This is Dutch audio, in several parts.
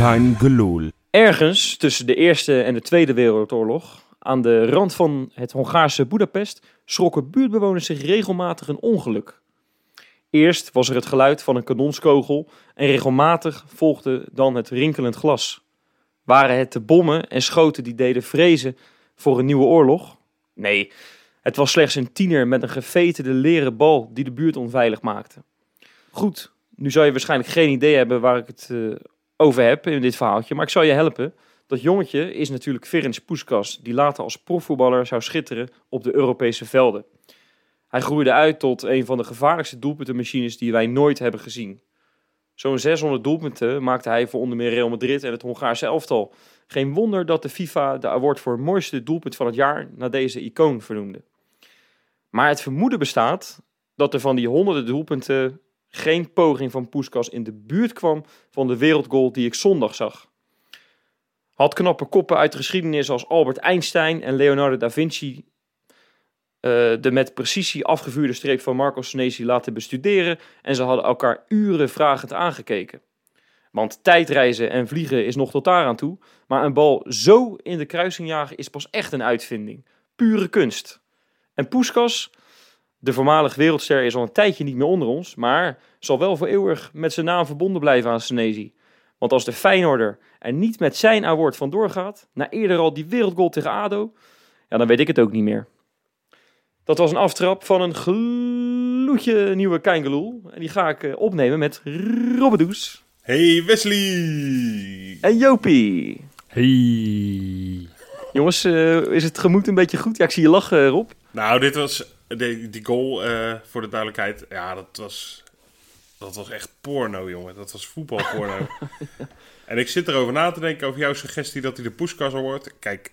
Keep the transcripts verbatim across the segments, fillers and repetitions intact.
Kein gelul. Ergens tussen de Eerste en de Tweede Wereldoorlog, aan de rand van het Hongaarse Boedapest, schrokken buurtbewoners zich regelmatig een ongeluk. Eerst was er het geluid van een kanonskogel en regelmatig volgde dan het rinkelend glas. Waren het de bommen en schoten die deden vrezen voor een nieuwe oorlog? Nee, het was slechts een tiener met een geveterde leren bal die de buurt onveilig maakte. Goed, nu zou je waarschijnlijk geen idee hebben waar ik het uh, over heb in dit verhaaltje, maar ik zal je helpen. Dat jongetje is natuurlijk Ferenc Puskás, die later als profvoetballer zou schitteren op de Europese velden. Hij groeide uit tot een van de gevaarlijkste doelpuntenmachines die wij nooit hebben gezien. Zo'n zeshonderd doelpunten maakte hij voor onder meer Real Madrid en het Hongaarse elftal. Geen wonder dat de FIFA de award voor mooiste doelpunt van het jaar naar deze icoon vernoemde. Maar het vermoeden bestaat dat er van die honderden doelpunten geen poging van Puskás in de buurt kwam van de wereldgoal die ik zondag zag. Had knappe koppen uit de geschiedenis als Albert Einstein en Leonardo da Vinci uh, de met precisie afgevuurde streep van Marco Senesi laten bestuderen en ze hadden elkaar uren vragend aangekeken. Want tijdreizen en vliegen is nog tot daar aan toe, maar een bal zo in de kruising jagen is pas echt een uitvinding. Pure kunst. En Puskás, de voormalig wereldster, is al een tijdje niet meer onder ons, maar zal wel voor eeuwig met zijn naam verbonden blijven aan Senesi. Want als de Feyenoorder er niet met zijn award vandoor gaat, na eerder al die wereldgoal tegen ADO, ja, dan weet ik het ook niet meer. Dat was een aftrap van een gloedje nieuwe Keingeloel. En die ga ik uh, opnemen met Robbedoes. Hey Wesley! En Jopie. Hey. Jongens, uh, is het gemoed een beetje goed? Ja, ik zie je lachen, Rob. Nou, dit was, die, die goal, uh, voor de duidelijkheid, ja, dat was... Dat was echt porno, jongen. Dat was voetbalporno. En ik zit erover na te denken over jouw suggestie dat hij de Puskás wordt. Kijk,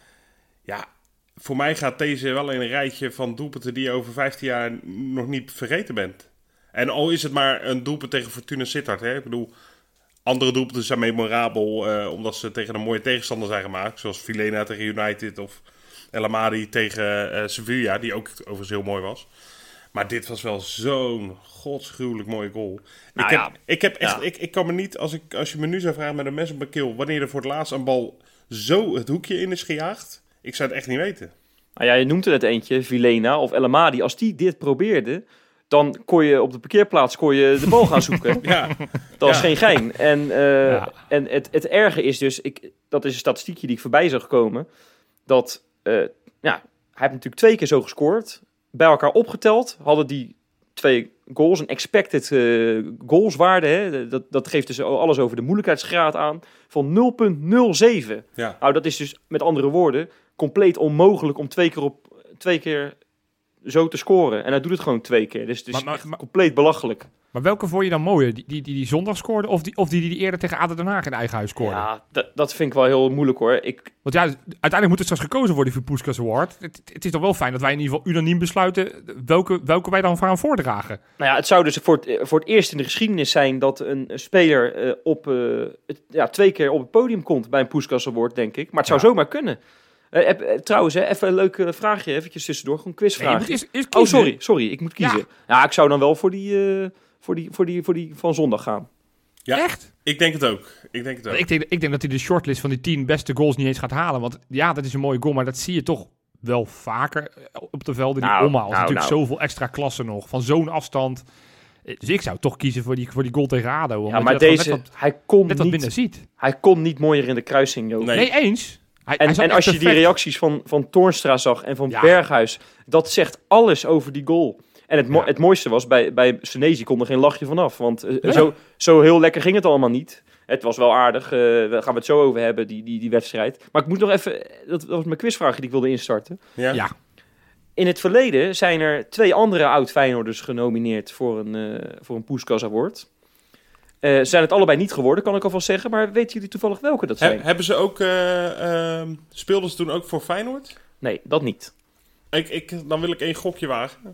ja, voor mij gaat deze wel in een rijtje van doelpunten die je over vijftien jaar nog niet vergeten bent. En al is het maar een doelpunt tegen Fortuna Sittard, hè. Ik bedoel, andere doelpunten zijn memorabel uh, omdat ze tegen een mooie tegenstander zijn gemaakt. Zoals Vilena tegen United of El Amadi tegen uh, Sevilla, die ook overigens heel mooi was. Maar dit was wel zo'n godsgruwelijk mooie goal. Nou ik, ja, heb, ik heb echt, ja. ik, ik kan me niet, als, ik, als je me nu zou vragen met een mes op mijn keel, wanneer er voor het laatst een bal zo het hoekje in is gejaagd, ik zou het echt niet weten. Nou ja, je noemt er net eentje, Vilena of El Amadi. Als die dit probeerde, dan kon je op de parkeerplaats kon je de bal gaan zoeken. Ja. Dat is Ja. geen gein. En, uh, Ja. en het, het erge is dus, ik, dat is een statistiekje die ik voorbij zag komen, dat uh, ja, hij heeft natuurlijk twee keer zo gescoord. Bij elkaar opgeteld hadden die twee goals een expected uh, goalswaarde. Hè? Dat, dat geeft dus alles over de moeilijkheidsgraad aan van nul komma nul zeven. Ja. Nou, dat is dus met andere woorden compleet onmogelijk om twee keer op twee keer zo te scoren. En hij doet het gewoon twee keer. Dus het is Maar- maar- echt maar- compleet belachelijk. Maar welke vond je dan mooier? Die die, die, die zondag scoorde of die, of die die eerder tegen A D O Den Haag in eigen huis scoorde? Ja, dat, dat vind ik wel heel moeilijk hoor. Ik, Want ja, uiteindelijk moet er straks gekozen worden voor Puskás Award. Het, het is toch wel fijn dat wij in ieder geval unaniem besluiten welke, welke wij dan gaan voordragen. Nou ja, het zou dus voor het, voor het eerst in de geschiedenis zijn dat een speler uh, op, uh, het, ja, twee keer op het podium komt bij een Puskás Award, denk ik. Maar het zou Ja. zomaar kunnen. Uh, heb, uh, trouwens, hè, even een leuk uh, vraagje, eventjes tussendoor, gewoon een Nee, je quizvraagje. moet eerst, eerst Oh, kiezen. sorry, sorry, ik moet kiezen. Ja. Ja, ik zou dan wel voor die, uh, voor die, voor die, voor die van zondag gaan. Ja, Echt? ik denk het ook. Ik denk het ook. Ik denk, ik denk dat hij de shortlist van die tien beste goals niet eens gaat halen. Want ja, dat is een mooie goal, maar dat zie je toch wel vaker op de velden. Die Nou, omhaal is nou, natuurlijk nou. zoveel extra klassen nog, van zo'n afstand. Dus ik zou toch kiezen voor die, voor die goal tegen A D O. Ja, omdat maar je dat deze, gewoon net wat, hij, kon net wat minder niet, ziet. hij kon niet mooier in de kruising, Joop. Nee. Nee, eens. Hij, En, hij zat en echt als je die perfect. reacties van, van Toornstra zag en van Ja. Berghuis, dat zegt alles over die goal. En het, mo- Ja. het mooiste was, bij, bij Senesi kon er geen lachje vanaf. Want uh, Ja. zo, zo heel lekker ging het allemaal niet. Het was wel aardig, uh, daar gaan we het zo over hebben, die, die, die wedstrijd. Maar ik moet nog even, dat, dat was mijn quizvraagje die ik wilde instarten. Ja? Ja. In het verleden zijn er twee andere oud-Feyenoorders genomineerd voor een, uh, voor een Puskás Award. Uh, ze zijn het allebei niet geworden, kan ik alvast zeggen. Maar weten jullie toevallig welke dat zijn? He- hebben ze ook, uh, uh, speelden ze toen ook voor Feyenoord? Nee, dat niet. Ik, ik, dan wil ik één gokje wagen.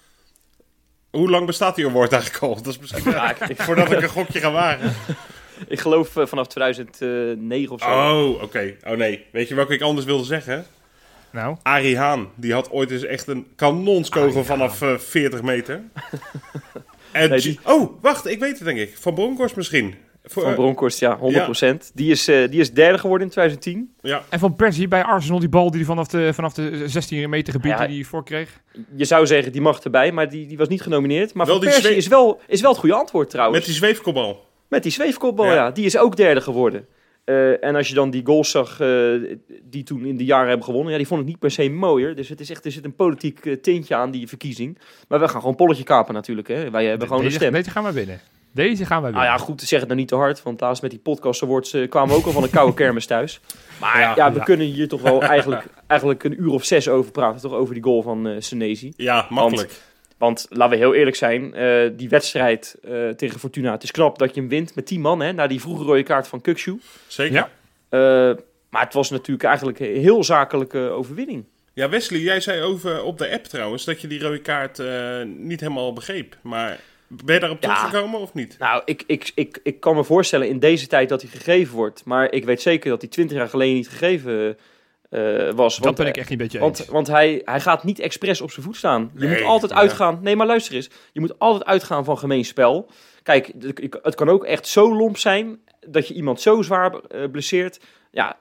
Hoe lang bestaat die award eigenlijk al? Dat is misschien Ja, ik, ik, voordat ik een gokje ga wagen. ik geloof uh, vanaf tweeduizend negen of zo. Oh, oké. Okay. Oh nee. Weet je welke ik anders wilde zeggen? Nou, Arie Haan. Die had ooit eens echt een kanonskogel Arie vanaf uh, veertig meter. En Nee, die- Oh, wacht. Ik weet het denk ik. Van Bronckhorst misschien. Voor, van Bronkhorst, ja, honderd procent. Ja. Die, is, uh, die is derde geworden in twintig tien. Ja. En Van Persie bij Arsenal, die bal die hij vanaf de, vanaf de zestien meter gebied ja, die hij voorkreeg. Je zou zeggen, die mag erbij, maar die, die was niet genomineerd. Maar wel Van Persie zweef... is, wel, is wel het goede antwoord trouwens. Met die zweefkopbal. Met die zweefkopbal, ja. ja. Die is ook derde geworden. Uh, en als je dan die goals zag uh, die toen in de jaren hebben gewonnen, ja, die vond ik niet per se mooier. Dus het is echt, er zit een politiek uh, tintje aan die verkiezing. Maar we gaan gewoon polletje kapen natuurlijk. Hè. Wij hebben de, gewoon deze, de stem. Deze gaan we winnen. Deze gaan we winnen. Ah ja, goed, zeg het nou niet te hard. Want laatst met die podcast awards uh, kwamen we ook al van een koude kermis thuis. Maar ja, ja we ja. kunnen hier toch wel eigenlijk, eigenlijk een uur of zes over praten. Toch over die goal van uh, Senesi. Ja, makkelijk. Want, want laten we heel eerlijk zijn. Uh, die wedstrijd uh, tegen Fortuna. Het is knap dat je hem wint met tien man. Hè, na die vroege rode kaart van Kukçu. Zeker. Ja. Uh, maar het was natuurlijk eigenlijk een heel zakelijke overwinning. Ja, Wesley, jij zei over op de app trouwens dat je die rode kaart uh, niet helemaal begreep. Maar ben je daarop ja, teruggekomen of niet? Nou, ik, ik, ik, ik kan me voorstellen in deze tijd dat hij gegeven wordt. Maar ik weet zeker dat hij twintig jaar geleden niet gegeven uh, was. Dat want, ben ik echt niet een beetje want, eens. Want hij, hij gaat niet expres op zijn voet staan. Je nee, moet altijd ja. uitgaan... Nee, maar luister eens. Je moet altijd uitgaan van gemeen spel. Kijk, het kan ook echt zo lomp zijn dat je iemand zo zwaar uh, blesseert. Ja,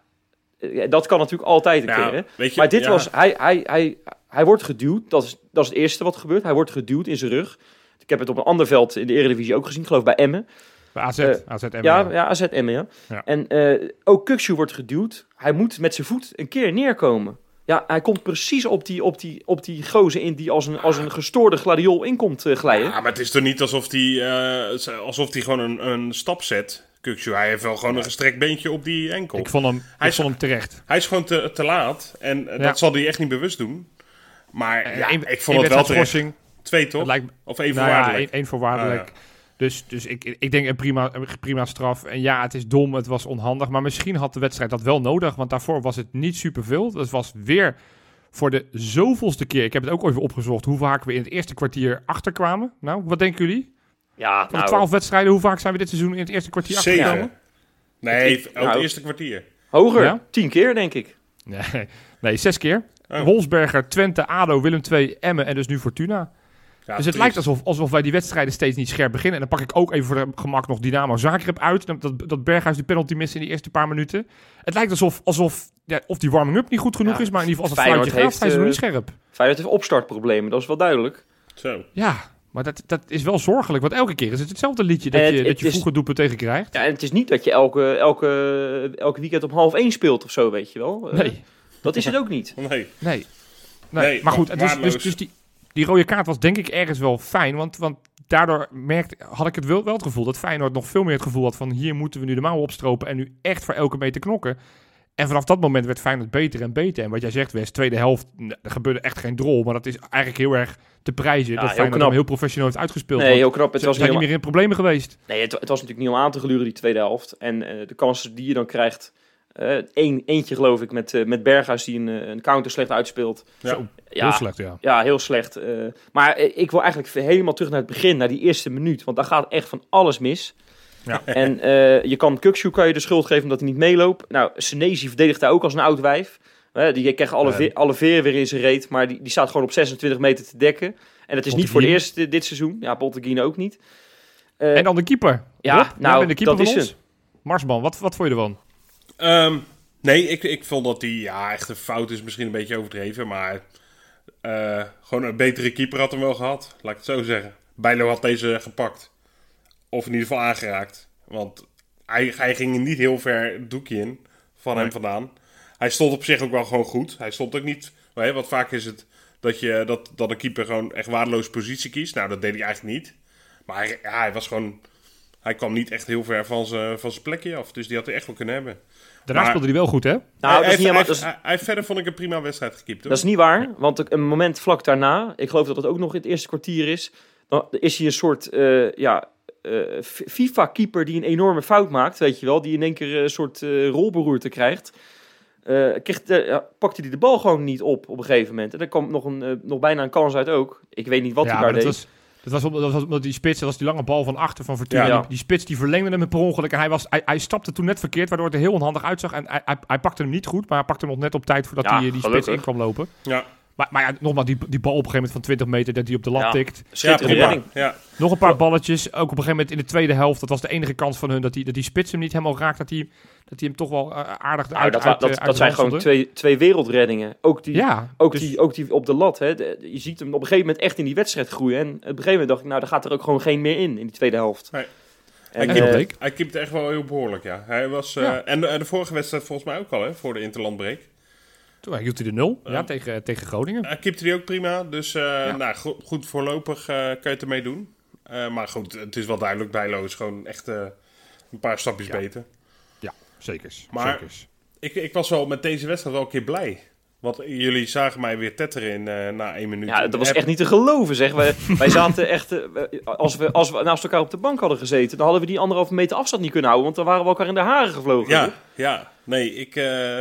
dat kan natuurlijk altijd een nou, keer. Hè? Weet je, maar dit ja. was... Hij, hij, hij, hij wordt geduwd. Dat is, dat is het eerste wat gebeurt. Hij wordt geduwd in zijn rug. Ik heb het op een ander veld in de Eredivisie ook gezien. Geloof bij Emmen. Bij A Z. Uh, A Z Emmen. Ja, ja, A Z Emmen, ja. ja. En uh, ook Kukçu wordt geduwd. Hij moet met zijn voet een keer neerkomen. Ja, hij komt precies op die, op die, op die gozer in die als een, als een gestoorde gladiool in komt uh, glijden. Ja, maar het is toch niet alsof hij uh, alsof hij gewoon een, een stap zet. Kukçu, hij heeft wel gewoon een gestrekt beentje op die enkel. Ik vond hem, hij ik vond hem terecht. Hij is gewoon te, te laat. En uh, ja. dat zal hij echt niet bewust doen. Maar uh, ja, een, ik vond het wel terecht. Twee toch? Lijkt, of één nou voorwaardelijk? Ja, één, één voorwaardelijk. Uh, ja. Dus, dus ik, ik denk een prima, een prima straf. En ja, het is dom, het was onhandig. Maar misschien had de wedstrijd dat wel nodig. Want daarvoor was het niet superveel. Dat was weer voor de zoveelste keer. Ik heb het ook even opgezocht. Hoe vaak we in het eerste kwartier achterkwamen. Nou, wat denken jullie? Ja, van de nou, twaalf wedstrijden, hoe vaak zijn we dit seizoen in het eerste kwartier Zeven. achtergekomen? Nee, het, nou, het eerste kwartier. Hoger, ja? tien keer denk ik. Nee, nee zes keer. Oh. Wolfsberger, Twente, ADO, Willem twee, Emmen en dus nu Fortuna. Ja, dus het triest. lijkt alsof, alsof wij die wedstrijden steeds niet scherp beginnen. En dan pak ik ook even voor de gemak nog Dynamo Zagreb uit. Dat, dat Berghuis de penalty mist in die eerste paar minuten. Het lijkt alsof, alsof ja, of die warming-up niet goed genoeg ja, is. Maar in ieder geval als het fluitje gaat, zijn ze nog niet scherp. Feyenoord heeft opstartproblemen, dat is wel duidelijk. Zo. Ja, maar dat, dat is wel zorgelijk. Want elke keer is het hetzelfde liedje dat het, je, dat je vroeger doelpunt tegen krijgt. Ja, en het is niet dat je elke, elke, elke weekend om half één speelt of zo, weet je wel. Nee. Uh, dat is het ook niet. Nee. Nee. nee. nee maar goed, dus, dus, dus die... Die rode kaart was denk ik ergens wel fijn, want, want daardoor merkte, had ik het wel, wel het gevoel dat Feyenoord nog veel meer het gevoel had van hier moeten we nu de mouwen opstropen en nu echt voor elke meter knokken. En vanaf dat moment werd Feyenoord beter en beter. En wat jij zegt, Wes, tweede helft, er gebeurde echt geen drol, maar dat is eigenlijk heel erg te prijzen ja, dat Feyenoord hem heel professioneel heeft uitgespeeld. Nee, heel knap. Het ze was zijn niet meer in problemen geweest. Nee, het, het was natuurlijk niet om aan te gluren die tweede helft. En uh, de kansen die je dan krijgt, uh, een, eentje geloof ik met, uh, met Berghuis die een, een counter slecht uitspeelt. Ja. Zo. Ja, heel slecht, ja. Ja, heel slecht. Uh, maar uh, ik wil eigenlijk helemaal terug naar het begin, naar die eerste minuut. Want daar gaat echt van alles mis. Ja. En uh, je kan Kukçu kan je de schuld geven omdat hij niet meeloopt. Nou, Senesi verdedigt daar ook als een oud wijf. Uh, die krijgt alle, uh, ve- alle veren weer in zijn reet. Maar die, die staat gewoon op zesentwintig meter te dekken. En dat is niet voor het eerst uh, dit seizoen. Ja, Botteguin ook niet. Uh, en dan de keeper. Ja, Rob, nou, ben de keeper dat van is ons. Marsman, wat, wat vond je ervan? Um, nee, ik, ik vond dat die ja, echt een fout is misschien een beetje overdreven. Maar uh, gewoon een betere keeper had hem wel gehad. Laat ik het zo zeggen. Bijlo had deze gepakt. Of in ieder geval aangeraakt. Want hij, hij ging niet heel ver het doekje in van nee. hem vandaan. Hij stond op zich ook wel gewoon goed. Hij stond ook niet... Hè, want vaak is het dat, je, dat, dat een keeper gewoon echt waardeloze positie kiest. Nou, dat deed hij eigenlijk niet. Maar hij, ja, hij was gewoon... Hij kwam niet echt heel ver van zijn, van zijn plekje af. Dus die had hij echt wel kunnen hebben. Daarna maar, speelde hij wel goed, hè? Nou, hij, dat is hij, niet hij, dat is... hij, hij verder vond ik een prima wedstrijd gekiept. Hoor. Dat is niet waar. Want een moment vlak daarna... Ik geloof dat het ook nog in het eerste kwartier is... Dan is hij een soort... Uh, ja, Uh, FIFA-keeper die een enorme fout maakt, weet je wel, die in één keer een soort uh, rolberoerte krijgt, uh, kreeg de, uh, pakte hij de bal gewoon niet op op een gegeven moment. En er kwam nog, een, uh, nog bijna een kans uit ook. Ik weet niet wat ja, hij daar deed. Was, dat was omdat, dat was omdat die spits, dat was die lange bal van achter van Fortuna. Ja. Die, die spits die verlengde hem per ongeluk en hij, was, hij, hij stapte toen net verkeerd, waardoor het er heel onhandig uitzag. En hij, hij, hij pakte hem niet goed, maar hij pakte hem nog net op tijd voordat ja, hij die gelukkig. spits in kwam lopen. Ja. Maar, maar ja, nogmaals, die, die bal op een gegeven moment van twintig meter, dat die op de lat Ja. tikt. Schitterende ja, redding. ja. Nog een paar balletjes. Ook op een gegeven moment in de tweede helft. Dat was de enige kans van hun dat die, dat die spits hem niet helemaal raakt. Dat die, dat die hem toch wel uh, aardig Nou, uit, dat, uit, dat, uh, dat, uit zijn ranselde. gewoon twee, twee wereldreddingen. Ook die, Ja, ook, dus- die, ook die op de lat. Hè. De- je ziet hem op een gegeven moment echt in die wedstrijd groeien. En op een gegeven moment dacht ik, nou, daar gaat er ook gewoon geen meer in, in die tweede helft. Nee. En, Hij En eh, dat leek. Hij keepte echt wel heel behoorlijk, ja. Hij was, uh, Ja. en, en de vorige wedstrijd volgens mij ook al, hè, voor de interlandbreak. Toen hield hij de nul. Ja, Ja. tegen, tegen Groningen. Hij keepte die ook prima, dus uh, nou, go- goed voorlopig uh, kan je het ermee doen. Uh, maar goed, het is wel duidelijk, Bijlo is gewoon echt uh, een paar stapjes Ja. beter. Zekers. Maar- Zekers. Ik, ik was wel met deze wedstrijd wel een keer blij. Want jullie zagen mij weer tetteren in uh, na één minuut. ja, dat was Heb- echt niet te geloven, zeg. Wij, wij zaten echt... eh, als, we, als we naast elkaar op de bank hadden gezeten, dan hadden we die anderhalve meter afstand niet kunnen houden. Want dan waren we elkaar in de haren gevlogen. Ja, ja. Nee, ik... Uh,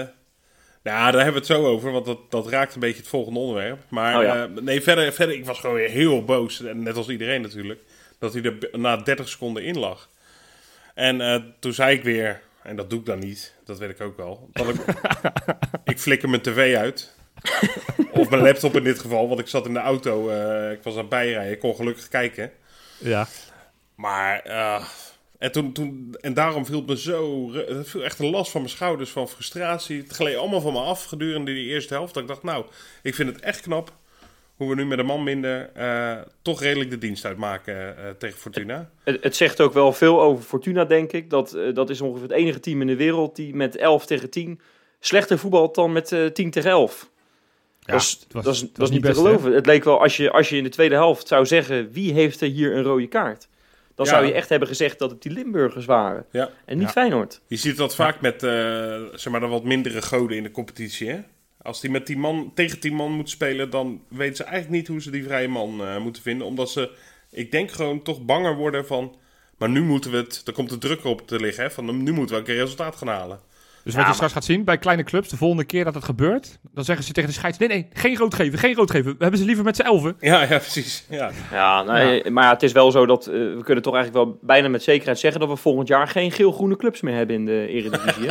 ja, daar hebben we het zo over, want dat, dat raakt een beetje het volgende onderwerp. Maar Oh ja. uh, nee, verder, verder, ik was gewoon weer heel boos. En net als iedereen natuurlijk. Dat hij er b- na dertig seconden in lag. En uh, toen zei ik weer, en dat doe ik dan niet, dat weet ik ook wel. Dat ik, ik flikker mijn tv uit. Of mijn laptop in dit geval, want ik zat in de auto. Uh, ik was aan het bijrijden, ik kon gelukkig kijken. Ja. Maar, uh, en, toen, toen, en daarom viel het me zo... Het viel echt een last van mijn schouders, van frustratie. Het gleed allemaal van me af gedurende die eerste helft. Dat ik dacht, nou, ik vind het echt knap hoe we nu met een man minder uh, toch redelijk de dienst uitmaken uh, tegen Fortuna. Het, het zegt ook wel veel over Fortuna, denk ik. Dat, uh, dat is ongeveer het enige team in de wereld die met elf tegen tien slechter voetbalt dan met uh, tien tegen elf. Ja, dat is, het was- dat is, het dat was is niet niet te best, geloven. Het leek wel, als je, als je in de tweede helft zou zeggen, wie heeft er hier een rode kaart? Dan Ja. zou je echt hebben gezegd dat het die Limburgers waren. Ja. En niet Ja. Feyenoord. Je ziet dat vaak met uh, zeg maar, de wat mindere goden in de competitie, hè? Als die met die man, tegen tien man moet spelen, dan weten ze eigenlijk niet hoe ze die vrije man uh, moeten vinden. Omdat ze, ik denk gewoon toch banger worden van... Maar nu moeten we het, er komt de druk op te liggen, hè? Van nu moeten we ook een resultaat gaan halen. Dus Ja, wat je maar- straks gaat zien bij kleine clubs, de volgende keer dat het gebeurt, dan zeggen ze tegen de scheids, nee, nee, geen rood geven, geen rood geven. We hebben ze liever met z'n elfen. Ja, ja, precies. Ja. Ja, nee, maar ja, het is wel zo dat uh, we kunnen toch eigenlijk wel bijna met zekerheid zeggen dat we volgend jaar geen geel-groene clubs meer hebben in de Eredivisie.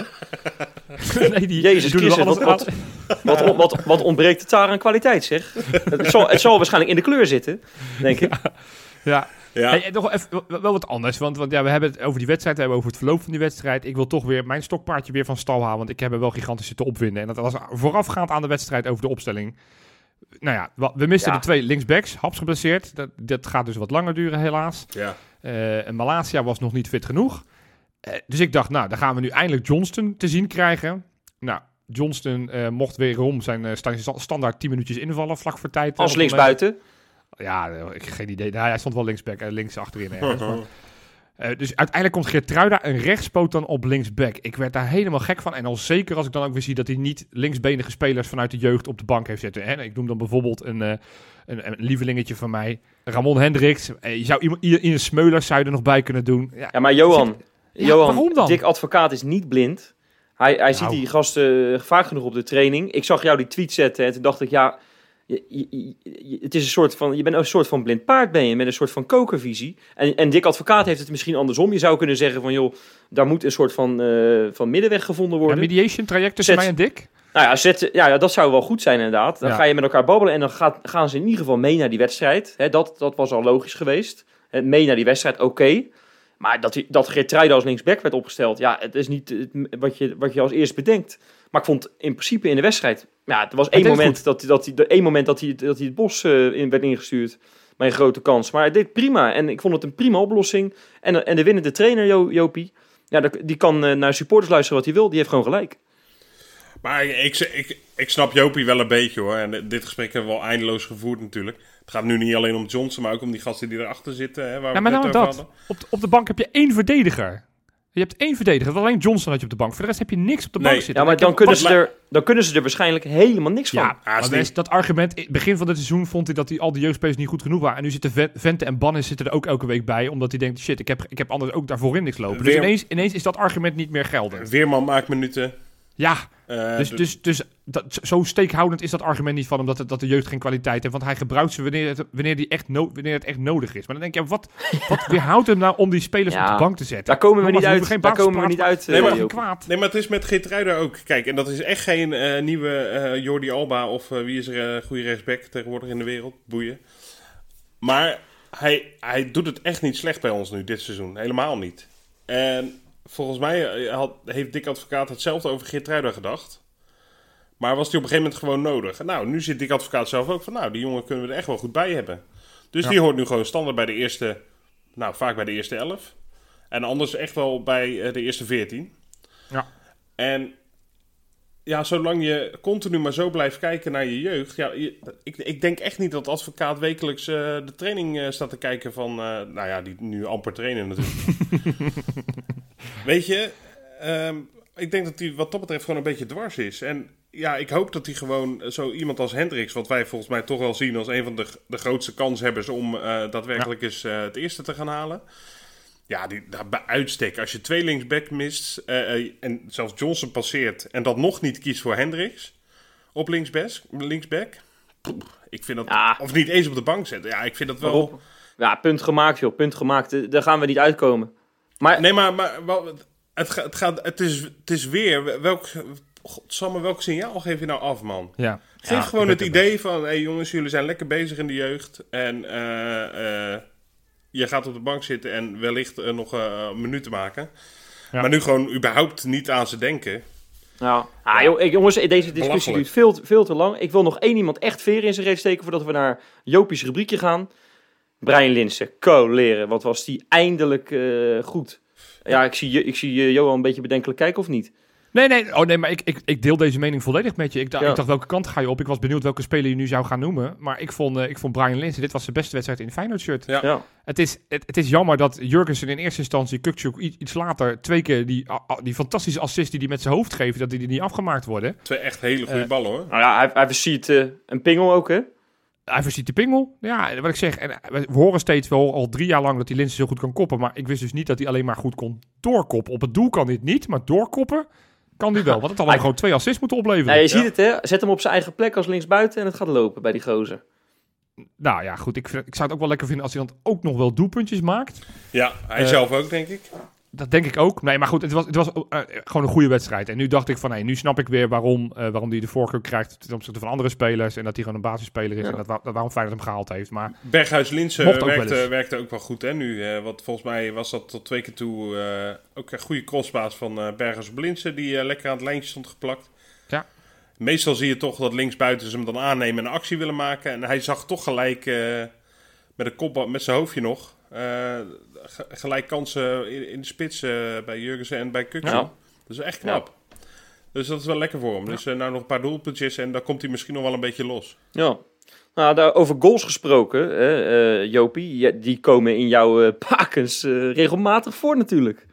Hè? nee, die, Jezus die doen er Christus, wel wat, alles wat, wat, wat, wat, wat ontbreekt het daar aan kwaliteit, zeg. Het zal, het zal waarschijnlijk in de kleur zitten, denk ik. Ja. Ja. Hey, nog even wel wat anders, want, want ja, we hebben het over die wedstrijd, we hebben over het verloop van die wedstrijd. Ik wil toch weer mijn stokpaardje weer van stal halen, want ik heb er wel gigantisch zitten opwinden. En dat was voorafgaand aan de wedstrijd over de opstelling. Nou ja, wa- we misten Ja. de twee linksbacks, Haps geblesseerd. Dat, dat gaat dus wat langer duren helaas. Ja. Uh, en Malasia was nog niet fit genoeg. Uh, dus ik dacht, nou, dan gaan we nu eindelijk Johnston te zien krijgen. Nou, Johnston uh, mocht weerom zijn uh, sta- standaard tien minuutjes invallen, vlak voor tijd. uh, Als op het linksbuiten. ja, ik heb geen idee. Nou, hij stond wel linksback, uh, links achterin ergens. maar, uh, dus uiteindelijk komt Geertruida een rechtspoot dan op linksback. Ik werd daar helemaal gek van. En al zeker als ik dan ook weer zie dat hij niet linksbenige spelers vanuit de jeugd op de bank heeft zitten. Hè? Ik noem dan bijvoorbeeld een, uh, een, een lievelingetje van mij. Ramon Hendricks. Uh, je zou iemand, Ian Smeulers zou je er nog bij kunnen doen. Ja, Ja, maar Johan, Ja, Johan waarom dan? Dick Advocaat is niet blind. Hij, hij ziet Nou. die gasten vaak genoeg op de training. Ik zag jou die tweet zetten en toen dacht ik, ja, je, je, je- het is een soort van, je bent een soort van blind paard ben je, met een soort van kokervisie. En, en Dick Advocaat heeft het misschien andersom. Je zou kunnen zeggen van, joh, daar moet een soort van, uh, van middenweg gevonden ja, worden. mediation traject tussen Zet- mij en Dick. Nou ja, zet, ja, ja, dat zou wel goed zijn inderdaad. Dan Ja. ga je met elkaar babbelen en dan gaat, gaan ze in ieder geval mee naar die wedstrijd. Hè, dat, dat was al logisch geweest. Hè, mee naar die wedstrijd, oké. Maar dat, hij- dat Geertruida als linksback werd opgesteld, ja, het is niet het, wat, je, wat je als eerst bedenkt. Maar ik vond in principe in de wedstrijd, ja, er was één deed het moment dat, dat, hij, de, één moment dat hij, dat hij het bos uh, in werd ingestuurd. Bij een grote kans. Maar hij deed prima en ik vond het een prima oplossing. En, en de winnende trainer, Jo- Jopie, ja, dat- die kan uh, naar supporters luisteren wat hij wil. Die heeft gewoon gelijk. Maar ik, ik, ik snap Jopie wel een beetje, hoor. En dit gesprek hebben we al eindeloos gevoerd natuurlijk. Het gaat nu niet alleen om Johnson, maar ook om die gasten die erachter zitten. Hè, waar we Ja, maar het nou net over dat. hadden. Op de, op de bank heb je één verdediger. Je hebt één verdediger. Alleen Johnson had je op de bank. Voor de rest heb je niks op de Nee. bank zitten. Ja, maar Ik dan heb- kunnen, wat ze la- er, dan kunnen ze er waarschijnlijk helemaal niks van. Ja, Ah, maar is dat, niet- is- dat argument, in het begin van dit seizoen vond hij dat hij al die jeugdspelers niet goed genoeg waren. En nu zitten Ven- Vente en Bannis zitten er ook elke week bij, omdat hij denkt, shit, ik heb, ik heb anders ook daarvoor in niks lopen. Dus Weer- ineens, ineens is dat argument niet meer geldend. Weerman maakt minuten. Ja, Uh, dus, de, dus, dus dat, zo steekhoudend is dat argument niet van hem dat, het, dat de jeugd geen kwaliteit heeft. Want hij gebruikt ze wanneer het, wanneer die echt, no, wanneer het echt nodig is. Maar dan denk je, ja, wat, wat weerhoudt hem nou om die spelers Ja, op de bank te zetten? Daar komen we niet Nogmaals, uit. Daar komen we niet uit. Nee, maar- uh, kwaad. Nee, maar het is met Geertruida ook. Kijk, en dat is echt geen uh, nieuwe uh, Jordi Alba of uh, wie is er uh, goede rechtsback tegenwoordig in de wereld. Boeien. Maar hij, hij doet het echt niet slecht bij ons nu, dit seizoen. Helemaal niet. En volgens mij had, heeft Dick Advocaat hetzelfde over Geertruida gedacht. Maar was die op een gegeven moment gewoon nodig. Nou, nu zit Dick Advocaat zelf ook van, nou, die jongen kunnen we er echt wel goed bij hebben. Dus ja. die hoort nu gewoon standaard bij de eerste, nou, vaak bij de eerste elf. En anders echt wel bij uh, de eerste veertien. Ja. En ja, zolang je continu maar zo blijft kijken naar je jeugd. Ja, je, ik, ik denk echt niet dat Advocaat wekelijks uh, de training uh, staat te kijken van, uh, nou ja, die nu amper trainen natuurlijk. Weet je, um, ik denk dat hij wat dat betreft gewoon een beetje dwars is. En ja, ik hoop dat hij gewoon zo iemand als Hendricks, wat wij volgens mij toch wel zien als een van de, de grootste kanshebbers om uh, daadwerkelijk ja. eens uh, het eerste te gaan halen. Ja, die, bij uitstek. Als je twee linksback mist uh, uh, en zelfs Johnson passeert en dat nog niet kiest voor Hendricks op linksback, linksback poeh, ik vind dat, ja. of niet eens op de bank zetten. Ja, ik vind dat wel... Waarop? Ja, punt gemaakt joh, punt gemaakt. Daar gaan we niet uitkomen. Maar... Nee, maar, maar wel, het, gaat, het, gaat, het, is, het is weer... Welk, Godsamme, welk signaal geef je nou af, man? Ja. Geef ja, gewoon het idee met. van... Hé hey, jongens, jullie zijn lekker bezig in de jeugd. En uh, uh, je gaat op de bank zitten en wellicht uh, nog uh, een minuut te maken. Ja. Maar nu gewoon überhaupt niet aan ze denken. Nou, ah, joh, ik, jongens, deze discussie duurt veel, veel te lang. Ik wil nog één iemand echt veer in zijn reet steken voordat we naar Jopie's rubriekje gaan. Brian Linssen, co-leren. Wat was die eindelijk uh, goed? Ja, ik zie, ik zie uh, Johan een beetje bedenkelijk kijken of niet? Nee, nee, oh nee, maar ik, ik, ik deel deze mening volledig met je. Ik, dacht, ja. ik dacht, welke kant ga je op? Ik was benieuwd welke speler je nu zou gaan noemen. Maar ik vond, uh, ik vond Brian Linssen, dit was zijn beste wedstrijd in de Feyenoord-shirt. Ja. Ja. Het, is, het, het is jammer dat Jurgensen in eerste instantie, Kukçu iets later, twee keer die, die fantastische assist die hij met zijn hoofd geeft, dat die er niet afgemaakt worden. Twee echt hele goede uh, ballen, hoor. Nou ja, hij, hij versiert uh, een pingel ook, hè? Hij versiert de pingel. Ja, wat ik zeg. En we horen steeds wel al drie jaar lang dat die Linssen zo goed kan koppen. Maar ik wist dus niet dat hij alleen maar goed kon doorkoppen. Op het doel kan hij het niet, maar doorkoppen kan hij wel. Want het had hem gewoon twee assists moeten opleveren. Ja, je ziet ja. het, hè? Zet hem op zijn eigen plek als linksbuiten en het gaat lopen bij die gozer. Nou ja, goed. Ik, ik zou het ook wel lekker vinden als hij dan ook nog wel doelpuntjes maakt. Ja, hij uh, zelf ook, denk ik. Dat denk ik ook. Nee, maar goed, het was, het was uh, gewoon een goede wedstrijd. En nu dacht ik van, nee, nu snap ik weer waarom, uh, waarom hij de voorkeur krijgt ten opzichte van andere spelers. En dat hij gewoon een basisspeler is. Ja. En dat, dat waarom Feyenoord hem gehaald heeft. Maar Berghuis-Linssen werkte, werkte ook wel goed, hè, nu. Uh, want volgens mij was dat tot twee keer toe uh, ook een goede crossbaas van uh, Berghuis op Linssen. Die uh, lekker aan het lijntje stond geplakt. Ja. Meestal zie je toch dat linksbuiten ze hem dan aannemen en een actie willen maken. En hij zag toch gelijk uh, met een kop, met zijn hoofdje nog... Uh, gelijk kansen in, in de spits uh, bij Jurgensen en bij Kukçu. Ja. Dat is echt knap. Ja. Dus dat is wel lekker voor hem. Ja. Dus uh, nou nog een paar doelpuntjes en dan komt hij misschien nog wel een beetje los. Ja. Nou, daar over goals gesproken, uh, Jopie, ja, die komen in jouw uh, bakens uh, regelmatig voor natuurlijk.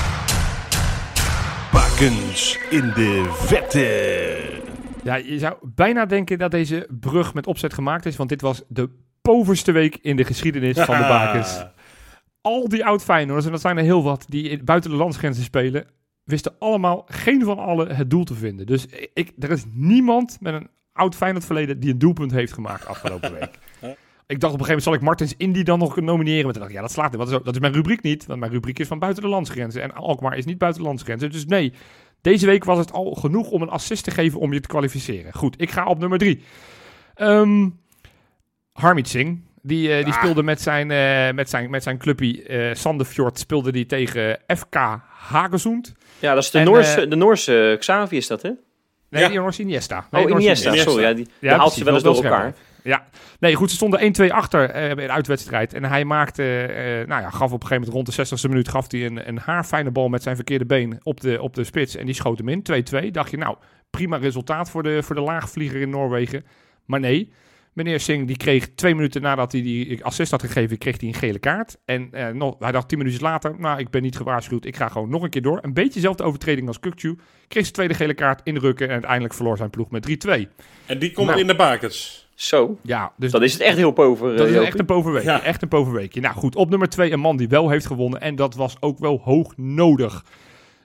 Bakens in de vette. Ja, je zou bijna denken dat deze brug met opzet gemaakt is, want dit was de poverste week in de geschiedenis van de bakens. Al die oud-Feyenoorders, en dat zijn er heel wat, die buiten de landsgrenzen spelen, wisten allemaal geen van allen het doel te vinden. Dus ik, er is niemand met een oud-Feyenoord verleden die een doelpunt heeft gemaakt afgelopen week. Ik dacht op een gegeven moment, zal ik Martins Indy dan nog nomineren? Maar toen dacht ik, ja, dat slaat niet. Dat is mijn rubriek niet, want mijn rubriek is van buiten de landsgrenzen. En Alkmaar is niet buiten de landsgrenzen. Dus nee, deze week was het al genoeg om een assist te geven om je te kwalificeren. Goed, ik ga op nummer drie. Um, Harmeet Singh. Die, uh, die ah. speelde met zijn, uh, met zijn, met zijn clubje uh, Sandefjord speelde die tegen F K Hagesund. Ja, dat is de en, Noorse, uh, de Noorse Xavi is dat, hè? Nee, ja. die Noorse Iniesta. Nee, oh, Iniesta, Iniesta. sorry. Ja, die, ja, die haalt precies, ze wel eens door elkaar. Scherp. Ja, nee, goed, ze stonden één twee achter uh, bij de uitwedstrijd. En hij maakte, uh, nou ja, gaf op een gegeven moment rond de zestigste minuut gaf hij een, een haarfijne bal met zijn verkeerde been op de, op de spits. En die schoot hem in, twee twee. Dacht je, nou, prima resultaat voor de, voor de laagvlieger in Noorwegen. Maar nee, meneer Singh die kreeg twee minuten nadat hij die assist had gegeven, kreeg hij een gele kaart. En uh, nog, hij dacht tien minuutjes later, nou, ik ben niet gewaarschuwd, ik ga gewoon nog een keer door. Een beetje dezelfde overtreding als Kukçu. Kreeg zijn tweede gele kaart, inrukken en uiteindelijk verloor zijn ploeg met drie twee. En die komt nou, in de bakens. Zo, ja, dus dat is het echt heel pover. Dat uh, is echt een poverweekje. Ja. Echt een poverweekje. Nou goed, op nummer twee een man die wel heeft gewonnen. En dat was ook wel hoog nodig.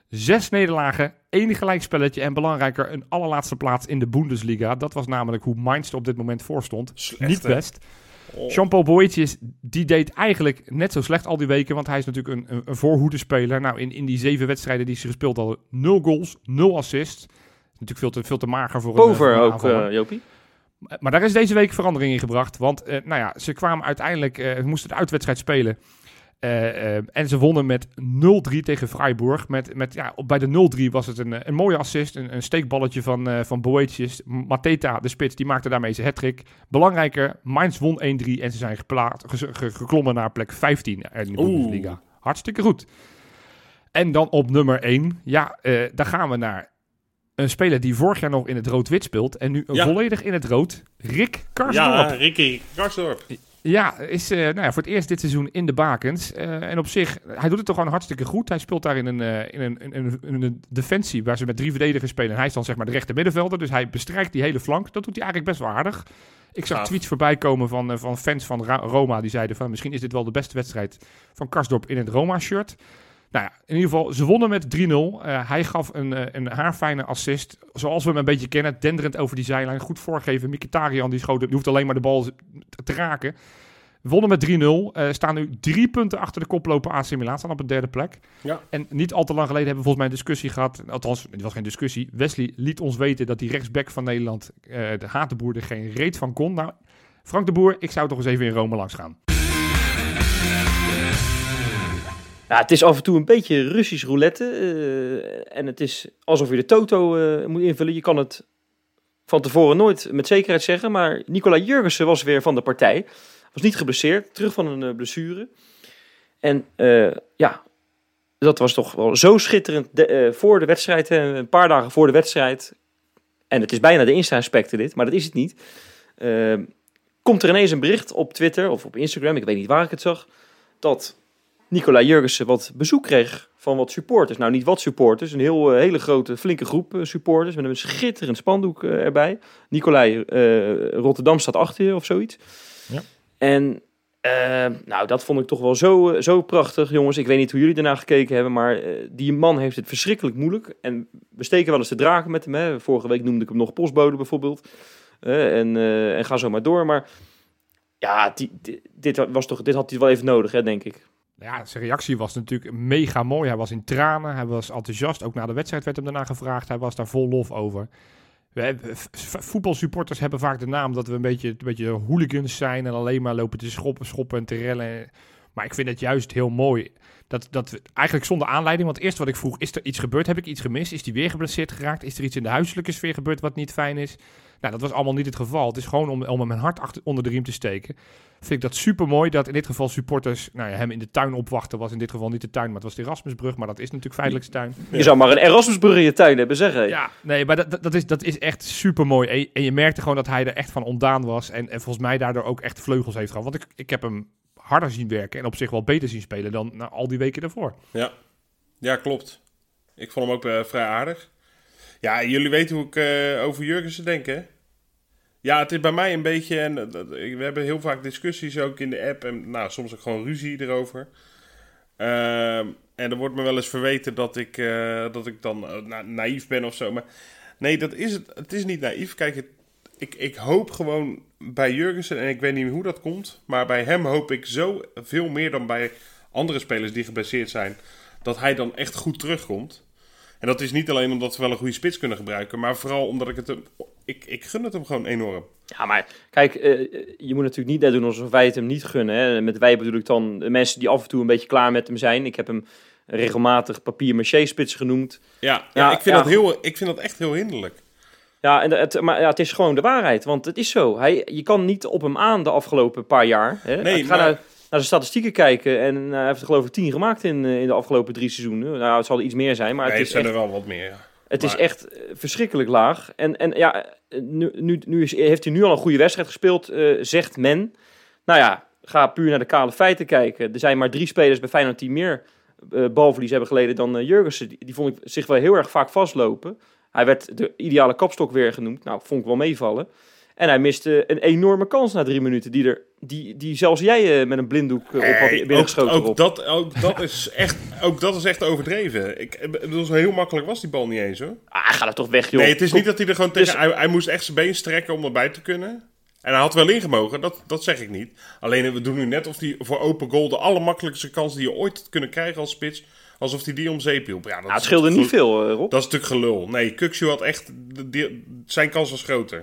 Zes nederlagen, één gelijkspelletje en belangrijker een allerlaatste plaats in de Bundesliga. Dat was namelijk hoe Mainz er op dit moment voor stond. Slecht, Niet hè? best. Oh. Jean-Paul Boetius, die deed eigenlijk net zo slecht al die weken, want hij is natuurlijk een, een, een voorhoedespeler. Nou, in, in die zeven wedstrijden die ze gespeeld hadden, nul goals, nul assists. Natuurlijk veel te, veel te mager voor een, Boven voor een ook, aanvaller. uh, Jopie. Maar daar is deze week verandering in gebracht. Want uh, nou ja, ze kwamen uiteindelijk, uh, ze moesten de uitwedstrijd spelen. Uh, uh, en ze wonnen met nul drie tegen Freiburg. Met, met, ja, bij de nul drie was het een, een mooie assist. Een, een steekballetje van, uh, van Boetius. Mateta, de spits, die maakte daarmee zijn hattrick. Belangrijker, Mainz won één drie. En ze zijn geplaat, ge, ge, geklommen naar plek vijftien in de Bundesliga. Hartstikke goed. En dan op nummer één. Ja, uh, daar gaan we naar een speler die vorig jaar nog in het rood-wit speelt. En nu Ja. volledig in het rood. Rick Karsdorp. Ja, Ricky Karsdorp. Ja, is uh, nou ja, voor het eerst dit seizoen in de bakens. Uh, en op zich, hij doet het toch gewoon hartstikke goed. Hij speelt daar in een, uh, in een, in een, in een defensie waar ze met drie verdedigers spelen. En hij is dan zeg maar de rechter middenvelder. Dus hij bestrijkt die hele flank. Dat doet hij eigenlijk best wel aardig. Ik zag Gaaf. tweets voorbij komen van, uh, van fans van Ra- Roma. Die zeiden van misschien is dit wel de beste wedstrijd van Karsdorp in het Roma-shirt. Nou ja, in ieder geval, ze wonnen met drie nul. Uh, hij gaf een, uh, een haarfijne assist. Zoals we hem een beetje kennen. Denderend over die zijlijn. Goed voorgegeven. Mkhitaryan die schoot. Die hoeft alleen maar de bal te raken. Wonnen met drie nul. Uh, staan nu drie punten achter de koploper A C Milan. Staan op een derde plek. Ja. En niet al te lang geleden hebben we volgens mij een discussie gehad. Althans, het was geen discussie. Wesley liet ons weten dat die rechtsback van Nederland, uh, de Hatenboer, er geen reet van kon. Nou, Frank de Boer, ik zou toch eens even in Rome langs gaan. Ja, het is af en toe een beetje Russisch roulette. Uh, en het is alsof je de toto uh, moet invullen. Je kan het van tevoren nooit met zekerheid zeggen. Maar Nicola Jurgensen was weer van de partij. Was niet geblesseerd. Terug van een uh, blessure. En uh, ja, dat was toch wel zo schitterend de, uh, voor de wedstrijd. Hè, een paar dagen voor de wedstrijd. En het is bijna de Insta-aspecten dit. Maar dat is het niet. Uh, komt er ineens een bericht op Twitter of op Instagram. Ik weet niet waar ik het zag. Dat Nicola Jurgensen wat bezoek kreeg van wat supporters. Nou, niet wat supporters. Een heel, uh, hele grote, flinke groep uh, supporters. Met een schitterend spandoek uh, erbij. Nicolai uh, Rotterdam staat achter je of zoiets. Ja. En uh, nou, dat vond ik toch wel zo, uh, zo prachtig. Jongens, ik weet niet hoe jullie ernaar gekeken hebben. Maar uh, die man heeft het verschrikkelijk moeilijk. En we steken wel eens de draken met hem. Hè. Vorige week noemde ik hem nog postbode bijvoorbeeld. Uh, en, uh, en ga zo maar door. Maar ja, die, die, dit, was toch, dit had hij wel even nodig, hè, denk ik. Ja, zijn reactie was natuurlijk mega mooi. Hij was in tranen, hij was enthousiast. Ook na de wedstrijd werd hem daarna gevraagd. Hij was daar vol lof over. We, voetbalsupporters hebben vaak de naam dat we een beetje, een beetje hooligans zijn en alleen maar lopen te schoppen, schoppen en te rellen. Maar ik vind het juist heel mooi. Dat, dat we, eigenlijk zonder aanleiding, want eerst wat ik vroeg, is er iets gebeurd? Heb ik iets gemist? Is die weer geblesseerd geraakt? Is er iets in de huiselijke sfeer gebeurd wat niet fijn is? Nou, dat was allemaal niet het geval. Het is gewoon om, om mijn hart achter, onder de riem te steken. Vind ik dat super mooi dat in dit geval supporters nou ja, hem in de tuin opwachten. Was in dit geval niet de tuin, maar het was de Erasmusbrug. Maar dat is natuurlijk feitelijk de tuin. Je zou maar een Erasmusbrug in je tuin hebben, zeggen. Ja, nee, maar dat, dat, is, dat is echt super mooi. En, en je merkte gewoon dat hij er echt van ontdaan was. En, en volgens mij daardoor ook echt vleugels heeft gehad. Want ik, ik heb hem harder zien werken en op zich wel beter zien spelen dan nou, al die weken daarvoor. Ja, ja klopt. Ik vond hem ook uh, vrij aardig. Ja, jullie weten hoe ik uh, over Jurgensen denk, hè? Ja, het is bij mij een beetje... En, uh, we hebben heel vaak discussies ook in de app. En nou, soms ook gewoon ruzie erover. Uh, en er wordt me wel eens verweten dat ik, uh, dat ik dan uh, na- naïef ben of zo. Maar nee, dat is het. Het is niet naïef. Kijk, het, ik, ik hoop gewoon bij Jurgensen... En ik weet niet hoe dat komt. Maar bij hem hoop ik zo veel meer dan bij andere spelers die geblesseerd zijn... dat hij dan echt goed terugkomt. En dat is niet alleen omdat we wel een goede spits kunnen gebruiken... maar vooral omdat ik het hem... Ik, ik gun het hem gewoon enorm. Ja, maar kijk, uh, je moet natuurlijk niet net doen alsof wij het hem niet gunnen. Hè. Met wij bedoel ik dan de mensen die af en toe een beetje klaar met hem zijn. Ik heb hem regelmatig papier-maché-spits genoemd. Ja, ja, Ja, ik, vind ja. Dat heel, ik vind dat echt heel hinderlijk. Ja, en het, maar ja, het is gewoon de waarheid, want het is zo. Hij, je kan niet op hem aan de afgelopen paar jaar. Hè. Nee, ik ga maar... naar, naar de statistieken kijken en uh, hij heeft er geloof ik tien gemaakt in, uh, in de afgelopen drie seizoenen. Nou, het zal er iets meer zijn, maar Nee, het het is zijn echt... er wel wat meer, ja. Het Maar- is echt uh, verschrikkelijk laag. En, en ja, nu, nu, nu is, heeft hij nu al een goede wedstrijd gespeeld, uh, zegt men. Nou ja, ga puur naar de kale feiten kijken. Er zijn maar drie spelers bij Feyenoord die meer uh, balverlies hebben geleden dan uh, Jurgensen. Die, die vond ik zich wel heel erg vaak vastlopen. Hij werd de ideale kapstok weer genoemd. Nou, vond ik wel meevallen. En hij miste een enorme kans na drie minuten. Die, er, die, die zelfs jij uh, met een blinddoek uh, op had Hey, binnengeschoten. ook, ook, dat, ook, dat is echt, ook dat is echt overdreven. Ik, ik bedoel, zo heel makkelijk was die bal niet eens hoor. Ah, ga er toch weg, joh. Nee, het is Kom. niet dat hij er gewoon tegen... Dus- Hij, hij moest echt zijn been strekken om erbij te kunnen. En hij had wel ingemogen, dat, dat zeg ik niet. Alleen we doen nu net of hij voor open goal de allermakkelijkste kans die je ooit had kunnen krijgen als spits, alsof hij die om zeep hielp. Ja, dat Nou, het is scheelde niet gel- veel, uh, Rob. Dat is natuurlijk gelul. Nee, Kukçu had echt... Die, zijn kans was groter.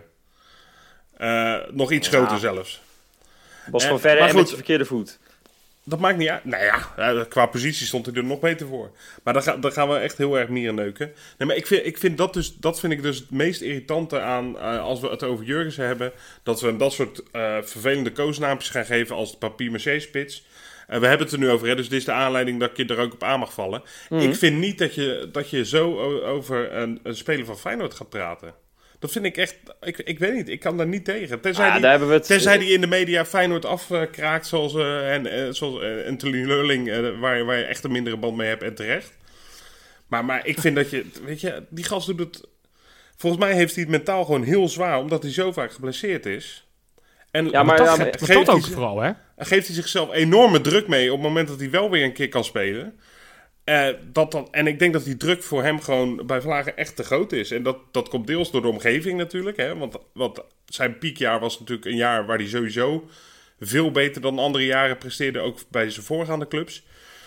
Uh, nog iets Ja. groter zelfs. Was Eh, van verre maar en goed. met zijn verkeerde voet. Dat maakt niet uit. Nou ja, eh, qua positie stond hij er nog beter voor. Maar dan, ga, dan gaan we echt heel erg mierenneuken. Nee, maar ik vind, ik vind dat dus, dat vind ik dus het meest irritante aan, uh, als we het over Jurgensen hebben, dat we hem dat soort uh, vervelende koosnaampjes gaan geven als de papier-maché-spits. Uh, we hebben het er nu over, hè, dus dit is de aanleiding dat ik je er ook op aan mag vallen. Mm-hmm. Ik vind niet dat je, dat je zo o- over een, een speler van Feyenoord gaat praten. Dat vind ik echt... Ik, ik weet niet, ik kan daar niet tegen. Tenzij Ah, die, daar hebben we het... tenzij die in de media Feyenoord afkraakt zoals, uh, en, uh, zoals uh, een telelulling uh, waar, waar je echt een mindere band mee hebt en terecht. Maar, maar ik vind dat je... Weet je, die gast doet het... Volgens mij heeft hij het mentaal gewoon heel zwaar, omdat hij zo vaak geblesseerd is. En Ja, maar- dat, ja, ge- maar- Dat, geeft, dat hij, ook zich- vooral, hè? geeft hij zichzelf enorme druk mee op het moment dat hij wel weer een keer kan spelen. Uh, dat dan, en ik denk dat die druk voor hem gewoon bij Vlagen echt te groot is. En dat, dat komt deels door de omgeving natuurlijk. Hè? Want, want zijn piekjaar was natuurlijk een jaar waar hij sowieso veel beter dan andere jaren presteerde. Ook bij zijn voorgaande clubs.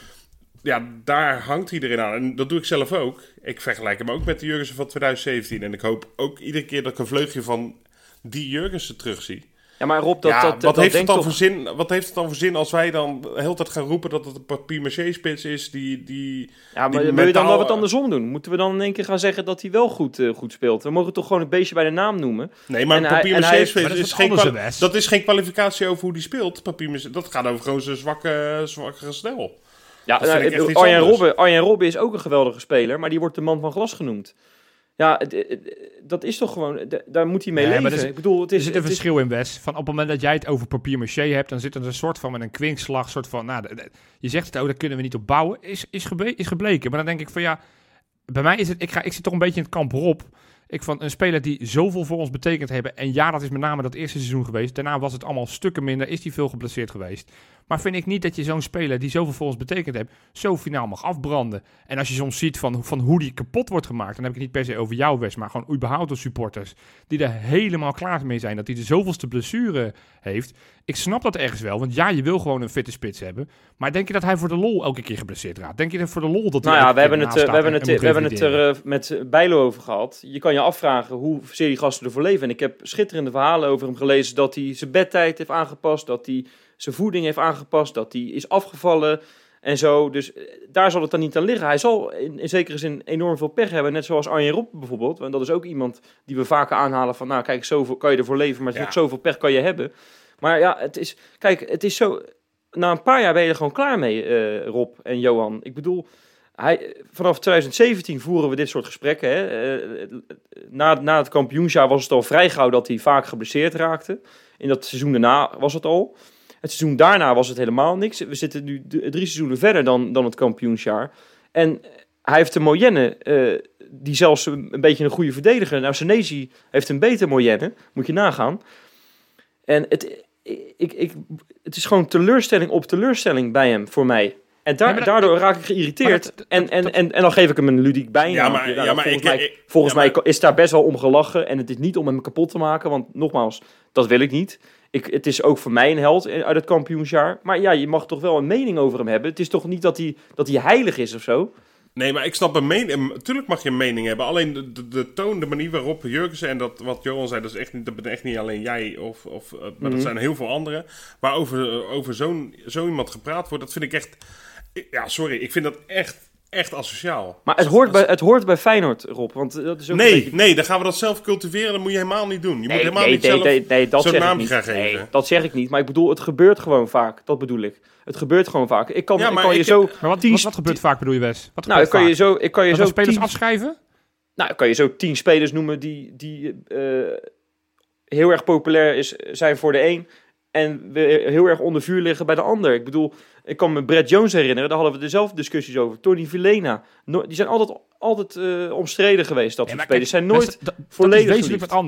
Ja, daar hangt hij erin aan. En dat doe ik zelf ook. Ik vergelijk hem ook met de Jurgensen van twintig zeventien. En ik hoop ook iedere keer dat ik een vleugje van die Jurgensen terugzie. Ja, maar Rob, dat, Ja, dat, wat, dat heeft het denkt dan toch... voor zin, wat heeft het dan voor zin als wij dan de hele tijd gaan roepen dat het een papier-maché-spits is die... die Ja, maar die wil je dan mentaal- wel wat andersom doen? Moeten we dan in één keer gaan zeggen dat hij wel goed, uh, goed speelt? We mogen toch gewoon het beestje bij de naam noemen? Nee, maar En een hij- en hij papier-maché-spits heeft- maar dat is is, wat geen anders, kwa- Wes. dat is geen kwalificatie over hoe die speelt. Papier-maché, dat gaat over gewoon zijn zwakke, zwakke gestel. Ja, Dat vind ik echt nou, iets Arjen, anders. Robben, Arjen Robben is ook een geweldige speler, maar die wordt de man van glas genoemd. Ja, het, het- het- dat is toch gewoon... d- Daar moet hij mee Nee, maar leven. er is- Ik bedoel, het Er is... zit een het is- verschil in, Wes. Van op het moment dat jij het over papier-maché hebt, dan zit er een soort van met een kwinkslag, soort van, nou, de- de- je zegt het, oh, daar kunnen we niet op bouwen, is, is, gebe- is gebleken. Maar dan denk ik van, ja, bij mij is het, ik, ga, ik zit toch een beetje in het kamp Rob. Ik van een speler die zoveel voor ons betekend hebben, en ja, dat is met name dat eerste seizoen geweest. Daarna was het allemaal stukken minder, is hij veel geblesseerd geweest. Maar vind ik niet dat je zo'n speler die zoveel voor ons betekend heeft, zo finaal mag afbranden. En als je soms ziet van, van hoe die kapot wordt gemaakt, dan heb ik het niet per se over jou, Wes, maar gewoon überhaupt door supporters, die er helemaal klaar mee zijn, dat hij de zoveelste blessure heeft. Ik snap dat ergens wel, want ja, je wil gewoon een fitte spits hebben. Maar denk je dat hij voor de lol elke keer geblesseerd raakt? Denk je dat voor de lol dat hij Nou ja, elke we keer hebben het, ernaast eh, we staat hebben en- het, en we moet hebben het er revalideren? eh, met Bijlo over gehad. Je kan je afvragen hoezeer die gasten ervoor leven. En ik heb schitterende verhalen over hem gelezen dat hij zijn bedtijd heeft aangepast, dat hij zijn voeding heeft aangepast, dat hij is afgevallen en zo. Dus eh, daar zal het dan niet aan liggen. Hij zal in, in zekere zin enorm veel pech hebben, net zoals Arjen Robben bijvoorbeeld. Want dat is ook iemand die we vaker aanhalen van, nou kijk, zoveel kan je ervoor leven, maar Ja. ook zoveel pech kan je hebben. Maar ja, het is, kijk, het is zo, na een paar jaar ben je er gewoon klaar mee, eh, Rob en Johan. Ik bedoel, hij, vanaf twintig zeventien voeren we dit soort gesprekken. Hè. Eh, na, na het kampioensjaar was het al vrij gauw dat hij vaak geblesseerd raakte. In dat seizoen daarna was het al. Het seizoen daarna was het helemaal niks. We zitten nu d- drie seizoenen verder dan, dan het kampioensjaar. En hij heeft een moyenne, eh, die zelfs een, een beetje een goede verdediger. Nou, Senesi heeft een beter moyenne, moet je nagaan. En het, ik, ik, het is gewoon teleurstelling op teleurstelling bij hem, voor mij. En daar, Ja, maar dat- daardoor raak ik geïrriteerd. maar dat- dat- en, en, dat- en, en dan geef ik hem een ludiek bijnaam. Ja, maar- Nou, ja, maar volgens ik- mij, ik- volgens ja, maar- mij is daar best wel om gelachen. En het is niet om hem kapot te maken. Want nogmaals, dat wil ik niet. Ik, het is ook voor mij een held uit het kampioensjaar. Maar ja, je mag toch wel een mening over hem hebben. Het is toch niet dat hij, dat hij heilig is of zo? Nee, maar ik snap een mening. Natuurlijk mag je een mening hebben. Alleen de, de, de toon, de manier waarop Jurgensen en dat wat Johan zei, dat is echt niet, dat bent echt niet alleen jij of, of uh, maar Mhm. dat zijn heel veel anderen. Maar over, over zo'n zo iemand gepraat wordt, dat vind ik echt. Ja, sorry, ik vind dat echt, echt asociaal. Maar het hoort, bij, het hoort bij Feyenoord, Rob. Want dat is ook een Nee, beetje... nee, dan gaan we dat zelf cultiveren. Dat moet je helemaal niet doen. Je moet helemaal nee, niet nee, zelf nee, nee, dat zo'n zeg ik naamje niet. gaan geven. Nee, dat zeg ik niet. Maar ik bedoel, het gebeurt gewoon vaak. Dat bedoel ik. Het gebeurt gewoon vaak. Ik kan, Ja, ik maar kan je ik- zo... Maar wat, tien wat, wat gebeurt vaak, bedoel je, Wes? Wat Nou, ik gebeurt kan je vaak? zo, ik kan je Dat zo we spelers tien, afschrijven? nou, ik kan je zo tien spelers noemen die, die eh, heel erg populair is, zijn voor de een en we heel erg onder vuur liggen bij de ander. Ik bedoel, ik kan me Brad Jones herinneren, daar hadden we dezelfde discussies over. Tony Villena, no, die zijn altijd, altijd uh, omstreden geweest, dat Ja, soort maar spelers. kijk, zijn nooit Wes, dat- dat volledig is wezenlijk geliefd. wat anders.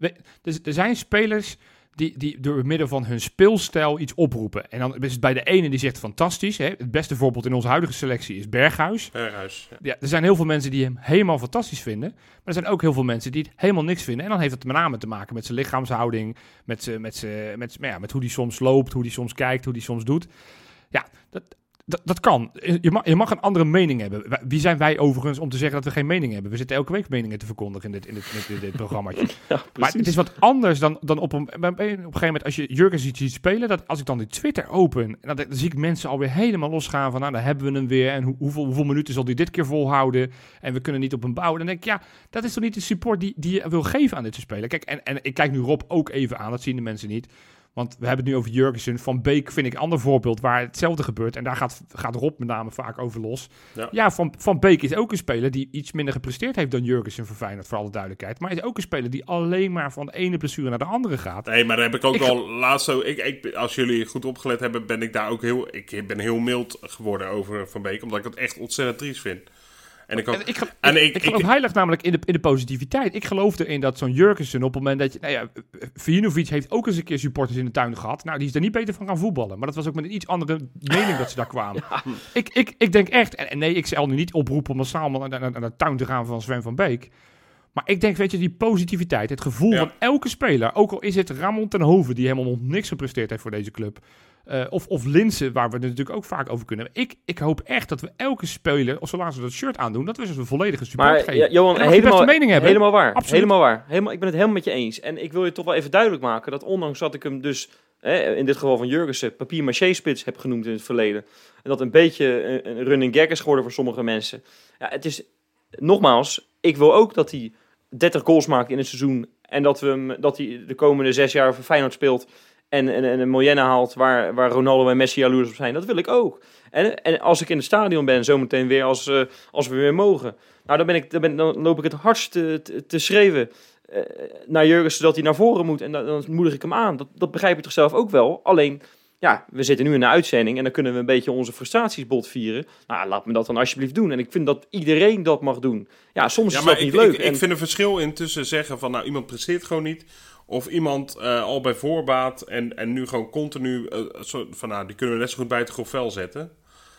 we, dus, er zijn spelers die, die door middel van hun speelstijl iets oproepen. En dan is het bij de ene die zegt fantastisch. Hè? Het beste voorbeeld in onze huidige selectie is Berghuis. Berghuis, ja. Ja, er zijn heel veel mensen die hem helemaal fantastisch vinden. Maar er zijn ook heel veel mensen die het helemaal niks vinden. En dan heeft het met name te maken met zijn lichaamshouding. Met, z'n, met, z'n, met, z'n, ja, met hoe hij soms loopt, hoe hij soms kijkt, hoe hij soms doet. Ja, dat... Dat, dat kan. Je mag, je mag een andere mening hebben. Wie zijn wij overigens om te zeggen dat we geen mening hebben? We zitten elke week meningen te verkondigen in dit, in dit, in dit, in dit programmaatje. Ja, maar het is wat anders dan, dan op, een, op een gegeven moment als je Jurgens ziet, ziet spelen. Dat als ik dan die Twitter open, dan, dan zie ik mensen alweer helemaal losgaan van nou, dan hebben we hem weer. En hoe, hoeveel, hoeveel minuten zal hij dit keer volhouden? En we kunnen niet op hem bouwen. Dan denk ik, ja, dat is toch niet de support die, die je wil geven aan dit soort spelen. Kijk, en, en ik kijk nu Rob ook even aan. Dat zien de mensen niet. Want we hebben het nu over Jurgensen. Van Beek vind ik een ander voorbeeld waar hetzelfde gebeurt. En daar gaat, gaat Rob met name vaak over los. Ja, ja van, van Beek is ook een speler die iets minder gepresteerd heeft dan Jurgensen voor Feyenoord, voor alle duidelijkheid. Maar hij is ook een speler die alleen maar van de ene blessure naar de andere gaat. Nee, maar daar heb ik ook ik al ga... laatst zo... Ik, ik, als jullie goed opgelet hebben, ben ik daar ook heel... Ik ben heel mild geworden over Van Beek, omdat ik dat echt ontzettend triest vind. En ik, ook, en ik, ik, en ik, ik, ik geloof ik, heilig namelijk in de, in de positiviteit. Ik geloof erin dat zo'n Jurgensen op het moment dat je... Nou ja, Vujinovic heeft ook eens een keer supporters in de tuin gehad. Nou, die is er niet beter van gaan voetballen. Maar dat was ook met een iets andere mening dat ze daar kwamen. Ja. Ik, ik, ik denk echt... En, en nee, ik zal nu niet oproepen om massaal naar, naar, naar de tuin te gaan van Sven van Beek. Maar ik denk, weet je, die positiviteit, het gevoel ja. van elke speler... Ook al is het Ramon ten Hove, die helemaal nog niks gepresteerd heeft voor deze club... Uh, of, of Linsen, waar we het natuurlijk ook vaak over kunnen. Ik, ik hoop echt dat we elke speler, of zolang ze dat shirt aandoen, dat we ze een volledige support maar, geven. Ja, Johan, en helemaal, mening hebben. helemaal waar. Absoluut. Helemaal waar. Helemaal, ik ben het helemaal met je eens. En ik wil je toch wel even duidelijk maken dat ondanks dat ik hem dus, eh, in dit geval van Jurgensen, papier-maché-spits heb genoemd in het verleden. En dat een beetje een, een running gag is geworden voor sommige mensen. Ja, het is, nogmaals, ik wil ook dat hij dertig goals maakt in het seizoen. En dat, we hem, dat hij de komende zes jaar voor Feyenoord speelt. En, en, en een miljoenen haalt waar, waar Ronaldo en Messi jaloers op zijn. Dat wil ik ook. En, en als ik in het stadion ben, zometeen weer, als, uh, als we weer mogen. Nou, dan, ben ik, dan, ben, dan loop ik het hardst te, te, te schreeuwen uh, naar Jurgens, zodat hij naar voren moet. En dan, dan moedig ik hem aan. Dat, dat begrijp je toch zelf ook wel. Alleen, ja, we zitten nu in de uitzending en dan kunnen we een beetje onze frustraties botvieren. Nou, laat me dat dan alsjeblieft doen. En ik vind dat iedereen dat mag doen. Ja, soms ja, is dat ik, niet leuk. Ik, en... ik vind een verschil in tussen zeggen van, nou, iemand presteert gewoon niet... Of iemand uh, al bij voorbaat en, en nu gewoon continu... Uh, zo, van, nou, die kunnen we net zo goed bij het grof vel zetten.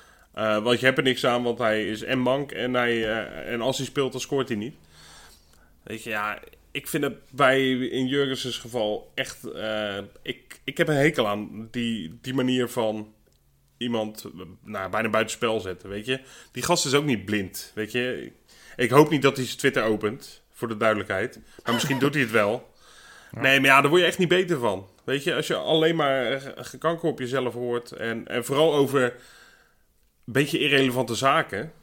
Uh, want je hebt er niks aan, want hij is en mank. En, hij, uh, en als hij speelt, dan scoort hij niet. Weet je, ja... Ik vind het bij, in Jurgensens geval echt... Uh, ik, ik heb een hekel aan die, die manier van iemand nou, bijna buitenspel zetten, weet je. Die gast is ook niet blind, weet je. Ik hoop niet dat hij zijn Twitter opent, voor de duidelijkheid. Maar misschien doet hij het wel. Ja. Nee, maar ja, daar word je echt niet beter van. Weet je, als je alleen maar gekanker op jezelf hoort... en, en vooral over een beetje irrelevante zaken...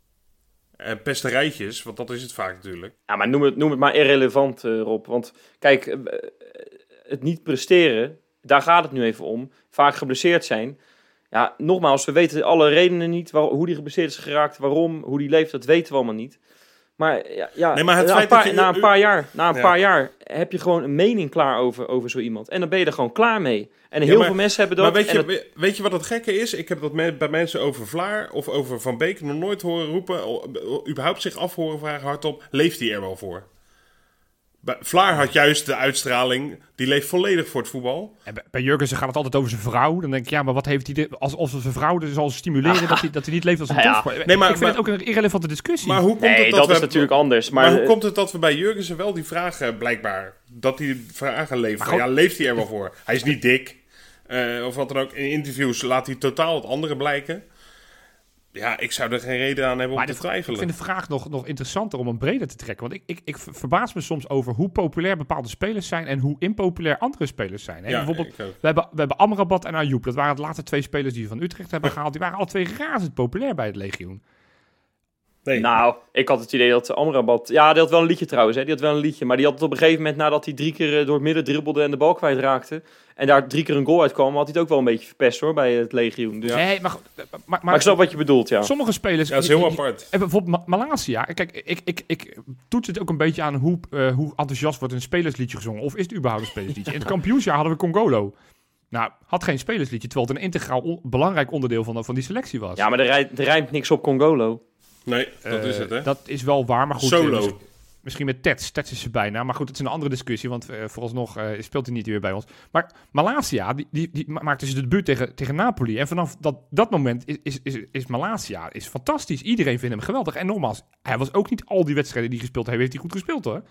en pesterijtjes, want dat is het vaak natuurlijk. Ja, maar noem het, noem het maar irrelevant, uh, Rob. Want kijk, uh, het niet presteren, daar gaat het nu even om. Vaak geblesseerd zijn. Ja, nogmaals, we weten alle redenen niet... Waar, hoe die geblesseerd is geraakt, waarom, hoe die leeft... dat weten we allemaal niet. Maar ja, ja nee, maar het na, feit een paar, dat je, na een paar jaar, na een ja. paar jaar heb je gewoon een mening klaar over, over zo iemand. En dan ben je er gewoon klaar mee. En heel ja, maar, veel mensen hebben dat. Maar weet je, dat... weet je wat het gekke is? Ik heb dat me, bij mensen over Vlaar of over Van Beek nog nooit horen roepen. Überhaupt zich af horen vragen hardop. Leeft hij er wel voor? Bij Vlaar had juist de uitstraling, die leeft volledig voor het voetbal. En bij, bij Jurgensen gaat het altijd over zijn vrouw. Dan denk ik, ja, maar wat heeft hij... De, als, als zijn vrouw dus zal stimuleren dat hij, dat hij niet leeft als een ja, topsporter. Nee, maar, ik vind maar, het ook een irrelevante discussie. Maar hoe komt nee, het dat, dat we, is natuurlijk anders. Maar, maar hoe komt het dat we bij Jurgensen wel die vragen, blijkbaar, dat hij vragen leeft? Van, ja, leeft hij er wel voor? Hij is niet dik. Uh, of wat dan ook. In interviews laat hij totaal het andere blijken. Ja, ik zou er geen reden aan hebben om te twijfelen. Ik vind de vraag nog, nog interessanter om hem breder te trekken. Want ik, ik, ik verbaas me soms over hoe populair bepaalde spelers zijn... en hoe impopulair andere spelers zijn. Hè? Ja, bijvoorbeeld, we hebben, we hebben Amrabat en Ayoub. Dat waren de laatste twee spelers die we van Utrecht hebben gehaald. Die waren alle twee razend populair bij het legioen. Nee. Nou, ik had het idee dat Amrabat... Ja, die had wel een liedje trouwens. Hè. Die had wel een liedje. Maar die had het op een gegeven moment... nadat hij drie keer door het midden dribbelde en de bal kwijtraakte... en daar drie keer een goal uitkwam... had hij het ook wel een beetje verpest hoor, bij het legioen. Dus... Nee, maar, maar, maar, maar ik snap wat je bedoelt, ja. Sommige spelers... Ja, dat is heel die, apart. Die, bijvoorbeeld Malasia. Kijk, ik, ik, ik toets het ook een beetje aan hoe, uh, hoe enthousiast wordt een spelersliedje gezongen. Of is het überhaupt een spelersliedje? In het kampioensjaar hadden we Congolo. Nou, had geen spelersliedje... terwijl het een integraal on, belangrijk onderdeel van, van die selectie was. Ja, maar er rijmt, er rijmt niks op Congolo. Nee, dat uh, is het, hè? Dat is wel waar, maar goed. Solo. misschien met Tets. Tets is zijn bijnaam. Maar goed, het is een andere discussie. Want uh, vooralsnog uh, speelt hij niet weer bij ons. Maar Malacia, die, die, die maakte zijn debuut tegen, tegen Napoli. En vanaf dat, dat moment is, is, is, is Malacia is fantastisch. Iedereen vindt hem geweldig. En nogmaals, hij was ook niet al die wedstrijden die hij gespeeld heeft, heeft hij goed gespeeld hoor.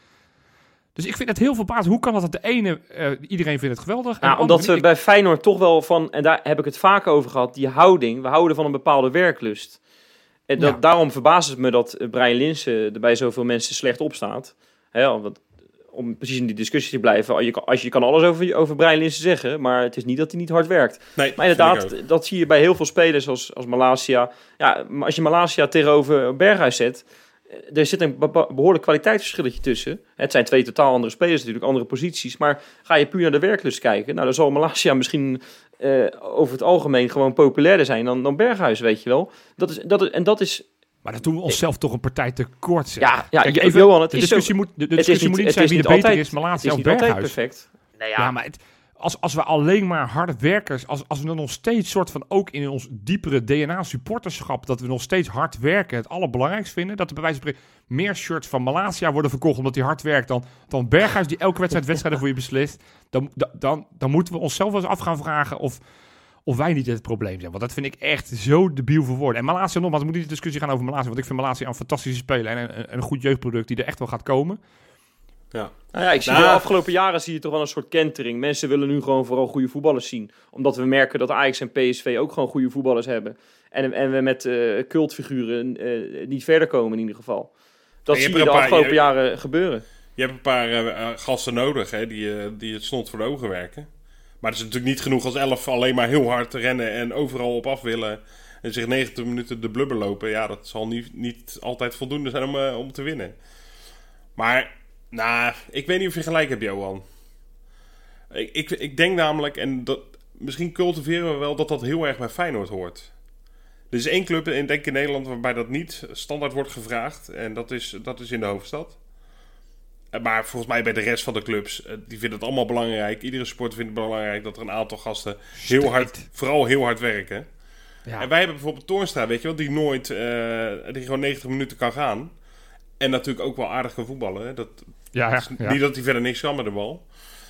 Dus ik vind het heel verbaasd. Hoe kan dat dat de ene, uh, iedereen vindt het geweldig. En ja, omdat we ik... bij Feyenoord toch wel van, en daar heb ik het vaak over gehad, die houding. We houden van een bepaalde werklust. En dat, ja. Daarom verbaast het me dat Brian Linssen er bij zoveel mensen slecht op staat. Hè, om, om precies in die discussie te blijven. Je kan, als je, je kan alles over, over Brian Linssen zeggen, maar het is niet dat hij niet hard werkt. Nee, maar inderdaad, dat zie je bij heel veel spelers als, als Malacia. Ja, als je Malacia tegenover Berghuis zet, er zit een behoorlijk kwaliteitsverschilletje tussen. Het zijn twee totaal andere spelers natuurlijk, andere posities. Maar ga je puur naar de werklust kijken, nou dan zal Malacia misschien uh, over het algemeen gewoon populairder zijn dan, dan Berghuis, weet je wel. Dat is, dat is, en dat is... Maar dat doen we onszelf toch een partij tekort, zeg. Ja, ja Kijk, even, Johan, het de is discussie zo, moet, de, de discussie moet niet zijn wie de beter is, Malacia of Berghuis. Het is niet altijd perfect. Nee, ja. ja, maar het, als, als we alleen maar harde werkers, als, als we dan nog steeds soort van ook in ons diepere D N A-supporterschap, dat we nog steeds hard werken, het allerbelangrijkst vinden, dat er bij wijze van meer shirts van Malacia worden verkocht omdat hij hard werkt dan, dan Berghuis die elke wedstrijd wedstrijden voor je beslist, dan, dan, dan, dan moeten we onszelf wel eens af gaan vragen of, of wij niet het probleem zijn. Want dat vind ik echt zo debiel voor woorden. En Malacia nogmaals, we moeten niet de discussie gaan over Malacia, want ik vind Malacia een fantastische speler en een, een goed jeugdproduct die er echt wel gaat komen. Ja. Nou ja, ik zie nou, de afgelopen jaren zie je toch wel een soort kentering. Mensen willen nu gewoon vooral goede voetballers zien. Omdat we merken dat Ajax en P S V ook gewoon goede voetballers hebben. En, en we met uh, cultfiguren uh, niet verder komen in ieder geval. Dat zie je de paar, afgelopen je, jaren gebeuren. Je hebt een paar uh, gasten nodig hè, die, uh, die het snot voor de ogen werken. Maar het is natuurlijk niet genoeg als elf alleen maar heel hard rennen en overal op af willen. En zich negentig minuten de blubber lopen. Ja, dat zal niet, niet altijd voldoende zijn om, uh, om te winnen. Maar... Nou, ik weet niet of je gelijk hebt, Johan. Ik, ik, ik denk namelijk, en dat, misschien cultiveren we wel dat dat heel erg bij Feyenoord hoort. Er is één club in, denk ik in Nederland waarbij dat niet standaard wordt gevraagd. En dat is, dat is in de hoofdstad. Maar volgens mij bij de rest van de clubs, die vinden het allemaal belangrijk. Iedere sport vindt het belangrijk dat er een aantal gasten heel hard, vooral heel hard werken. Ja. En wij hebben bijvoorbeeld Toornstra, weet je wel, die nooit, uh, die gewoon negentig minuten kan gaan. En natuurlijk ook wel aardig kan voetballen. Hè? Dat, ja, ja, ja. Niet dat hij verder niks kan met de bal.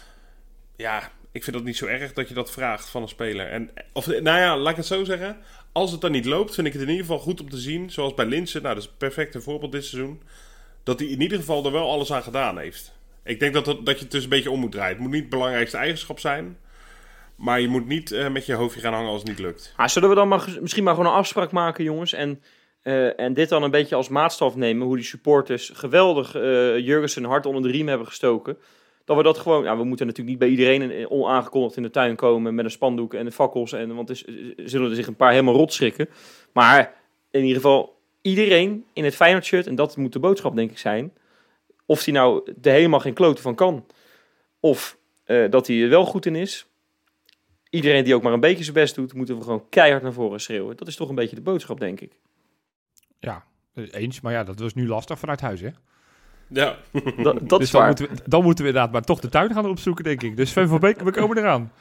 Ja, ik vind dat niet zo erg dat je dat vraagt van een speler. En, of, nou ja, laat ik het zo zeggen. Als het dan niet loopt, vind ik het in ieder geval goed om te zien. Zoals bij Linssen, nou dat is een perfecte voorbeeld dit seizoen. Dat hij in ieder geval er wel alles aan gedaan heeft. Ik denk dat, dat, dat je het dus een beetje om moet draaien. Het moet niet het belangrijkste eigenschap zijn. Maar je moet niet uh, met je hoofdje gaan hangen als het niet lukt. Ah, zullen we dan maar, misschien maar gewoon een afspraak maken, jongens? En... Uh, en dit dan een beetje als maatstaf nemen, hoe die supporters geweldig uh, Jurgensen hard onder de riem hebben gestoken. Dat we dat gewoon, ja, we moeten natuurlijk niet bij iedereen onaangekondigd in de tuin komen met een spandoek en de fakkels. En, want er zullen er zich een paar helemaal rot schrikken. Maar in ieder geval iedereen in het Feyenoord shirt, en dat moet de boodschap denk ik zijn. Of hij nou er helemaal geen kloten van kan. Of uh, dat hij er wel goed in is. Iedereen die ook maar een beetje zijn best doet, moeten we gewoon keihard naar voren schreeuwen. Dat is toch een beetje de boodschap, denk ik. Ja, eens. Maar ja, dat was nu lastig vanuit huis, hè? Ja. Dat, dat dus is dan waar. moeten, we, dan moeten we inderdaad maar toch de tuin gaan opzoeken, denk ik. Dus Sven van Beek, we komen eraan.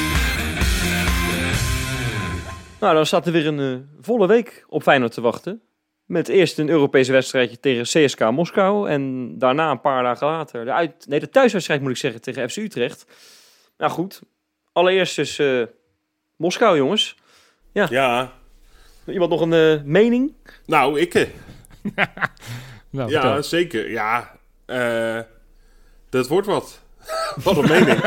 Nou, dan staat er weer een uh, volle week op Feyenoord te wachten. Met eerst een Europese wedstrijdje tegen C S K A Moskou. En daarna een paar dagen later de, uit, nee, de thuiswedstrijd moet ik zeggen tegen F C Utrecht. Nou goed, allereerst dus uh, Moskou, jongens. Ja. Ja. Iemand nog een uh, mening? Nou, ik. nou, ja, vertel. zeker. Ja, uh, dat wordt wat. Wat een mening.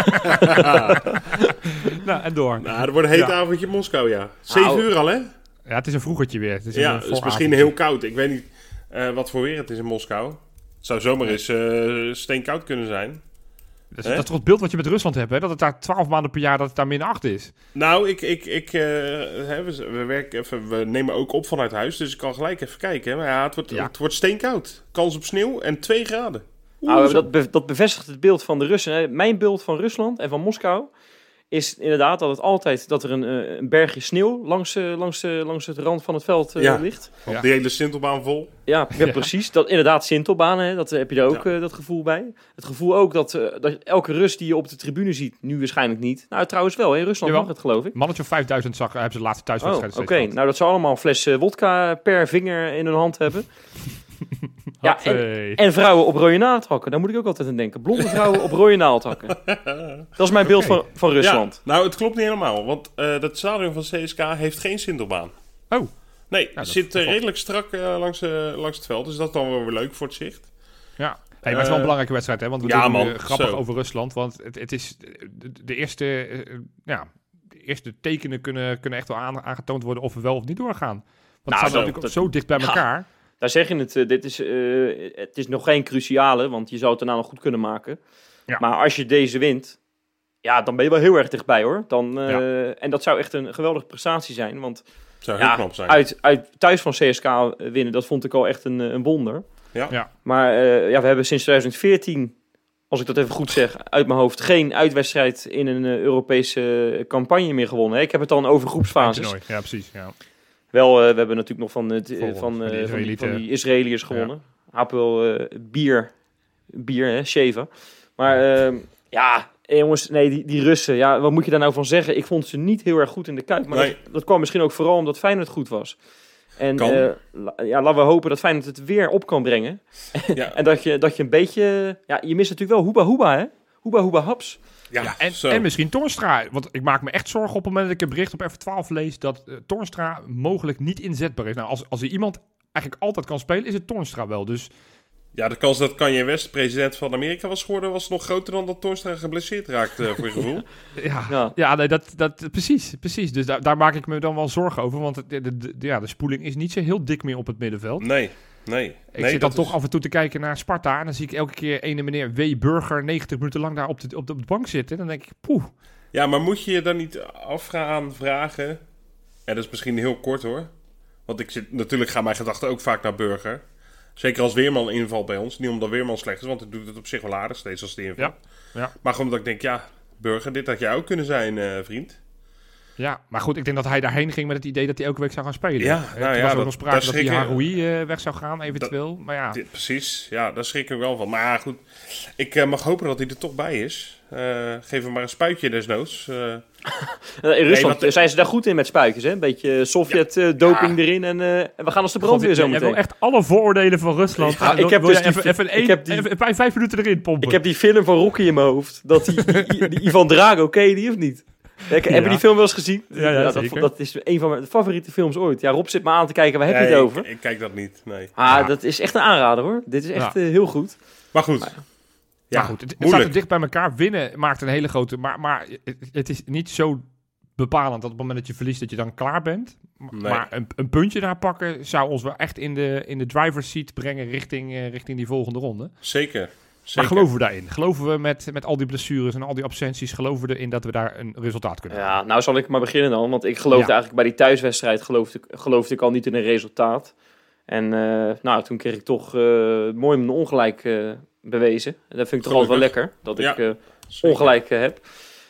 nou, en door. Nou, er wordt een heet ja. avondje in Moskou, ja. Zeven nou, uur al, hè? Ja, het is een vroegertje weer. Het is ja, het is misschien heel koud. Ik weet niet uh, wat voor weer het is in Moskou. Het zou zomaar eens uh, steenkoud kunnen zijn. Dat is, dat is toch het beeld wat je met Rusland hebt, hè? Dat het daar twaalf maanden per jaar, dat het daar min acht is. Nou, ik, ik, ik, uh, hè, we, we, werken even, we nemen ook op vanuit huis, dus ik kan gelijk even kijken. Hè? Maar ja, het wordt, ja. het wordt steenkoud. Kans op sneeuw en twee graden. Oeh, nou, dat, be- dat bevestigt het beeld van de Russen. Hè? Mijn beeld van Rusland en van Moskou is inderdaad dat het altijd dat er een, uh, een bergje sneeuw langs, uh, langs, uh, langs het rand van het veld uh, ja. ligt. Ja. Die hele Sintelbaan vol. Ja, ja, ja. precies. Dat, inderdaad, Sintelbanen, hè, dat heb je er ook ja. uh, dat gevoel bij. Het gevoel ook dat, uh, dat elke Rus die je op de tribune ziet, nu waarschijnlijk niet. Nou, trouwens wel, in Rusland mag het, geloof ik. Mannetje of vijfduizend zag, hebben ze de laatste thuiswedstrijd. Oh, oké, okay. Nou dat ze allemaal een fles uh, wodka per vinger in hun hand hebben. Ja, en, en vrouwen op rode naaldhakken. Daar moet ik ook altijd aan denken. Blonde vrouwen op rode naaldhakken. Dat is mijn beeld okay. van, van Rusland. Ja, nou, het klopt niet helemaal. Want uh, dat stadion van C S K heeft geen sintelbaan. Oh. Nee, het zit uh, redelijk strak uh, langs, uh, langs het veld. Dus dat is dan wel weer leuk voor het zicht. Ja. Hey, maar het is wel een belangrijke wedstrijd, hè? Want we ja, doen man, uh, grappig zo. over Rusland. Want het, het is de, de eerste, uh, ja, de eerste tekenen kunnen, kunnen echt wel aan, aangetoond worden of we wel of niet doorgaan. Want nou, het staat zo, natuurlijk dat, zo dicht bij ja, elkaar. Daar zeg je het. Uh, dit is, uh, het is nog geen cruciale, want je zou het daarna nog goed kunnen maken. Ja. Maar als je deze wint, ja, dan ben je wel heel erg dichtbij, hoor. Dan, uh, ja. En dat zou echt een geweldige prestatie zijn, want zou heel ja, knap zijn. Uit, uit thuis van C S K winnen, dat vond ik al echt een, een wonder. Ja. Ja. Maar uh, ja, we hebben sinds twintig veertien, als ik dat even goed zeg, uit mijn hoofd, geen uitwedstrijd in een uh, Europese campagne meer gewonnen. Hè? Ik heb het dan over groepsfases. Ja, precies. Ja. Wel, uh, we hebben natuurlijk nog van, het, uh, van, uh, van, die van, die, van die Israëliërs gewonnen. Ja. Hapel uh, bier, bier, hè, Sheva. Maar uh, ja, jongens, nee, die, die Russen, ja, wat moet je daar nou van zeggen? Ik vond ze niet heel erg goed in de Kuip. Maar nee. dat, dat kwam misschien ook vooral omdat Feyenoord goed was. En uh, la, ja, laten we hopen dat Feyenoord het weer op kan brengen. Ja. En dat je, dat je een beetje... Ja, je mist natuurlijk wel Hoeba Hoeba, hè? Hoeba Hoeba Haps. Ja, ja en, en misschien Toornstra. Want ik maak me echt zorgen op het moment dat ik een bericht op F twaalf lees dat uh, Toornstra mogelijk niet inzetbaar is. Nou, als, als er iemand eigenlijk altijd kan spelen, is het Toornstra wel. Dus... Ja, de kans dat Kanye West president van Amerika was geworden was nog groter dan dat Toornstra geblesseerd raakte, uh, voor je gevoel. ja, ja. ja nee, dat, dat, precies, precies. Dus daar, daar maak ik me dan wel zorgen over. Want de, de, de, ja, de spoeling is niet zo heel dik meer op het middenveld. Nee, nee. Ik nee, zit dan is... toch af en toe te kijken naar Sparta. En dan zie ik elke keer ene meneer W. Burger negentig minuten lang daar op de, op de, op de bank zitten. En dan denk ik, poeh. Ja, maar moet je je dan niet afgaan vragen... En dat is misschien heel kort, hoor. Want ik zit, natuurlijk gaan mijn gedachten ook vaak naar Burger... Zeker als Weerman invalt bij ons. Niet omdat Weerman slecht is, want hij doet het op zich wel aardig steeds als hij invalt. Ja, ja. Maar gewoon omdat ik denk, ja, Burger, dit had jij ook kunnen zijn, uh, vriend. Ja, maar goed, ik denk dat hij daarheen ging met het idee dat hij elke week zou gaan spelen. Ja, uh, nou ja, was er dat, nog sprake dat schrikken, hij Haroui uh, weg zou gaan, eventueel. Dat, maar ja. Dit, precies, ja, daar schrik ik wel van. Maar goed, ik uh, mag hopen dat hij er toch bij is. Uh, geef hem maar een spuitje desnoods. Uh, in Rusland nee, zijn ze daar goed in met spuitjes, hè? Een beetje Sovjet-doping ja. uh, erin en, uh, en we gaan als de brandweer zo meteen. Je hebt echt alle vooroordelen van Rusland. Ja, ik heb dus even, even, één, ik heb die, even vijf minuten erin pompen. Ik heb die film van Rocky in mijn hoofd. Dat die, die, die Ivan Drago, ken je die of niet? Ja, heb je ja. die film wel eens gezien? Ja, ja, ja dat, dat is een van mijn favoriete films ooit. Ja, Rob zit me aan te kijken, waar heb je nee, het over? Ik, ik kijk dat niet, nee. Ah, ja. dat is echt een aanrader, hoor. Dit is echt ja. uh, heel goed. Maar goed. Maar, ja, maar goed, het, het staat er dicht bij elkaar. Winnen maakt een hele grote... Maar, maar het, het is niet zo bepalend dat op het moment dat je verliest dat je dan klaar bent. Nee. Maar een, een puntje daar pakken zou ons wel echt in de, in de driver's seat brengen richting, uh, richting die volgende ronde. Zeker. Zeker. Maar geloven we daarin? Geloven we met, met al die blessures en al die absenties, geloven we erin dat we daar een resultaat kunnen ja, halen? Nou zal ik maar beginnen dan, want ik geloofde ja. eigenlijk bij die thuiswedstrijd geloofde, geloofde ik al niet in een resultaat. En uh, nou, toen kreeg ik toch uh, mooi mijn ongelijk uh, bewezen. En dat vind ik toch altijd wel lekker, dat ja, ik uh, ongelijk uh, heb.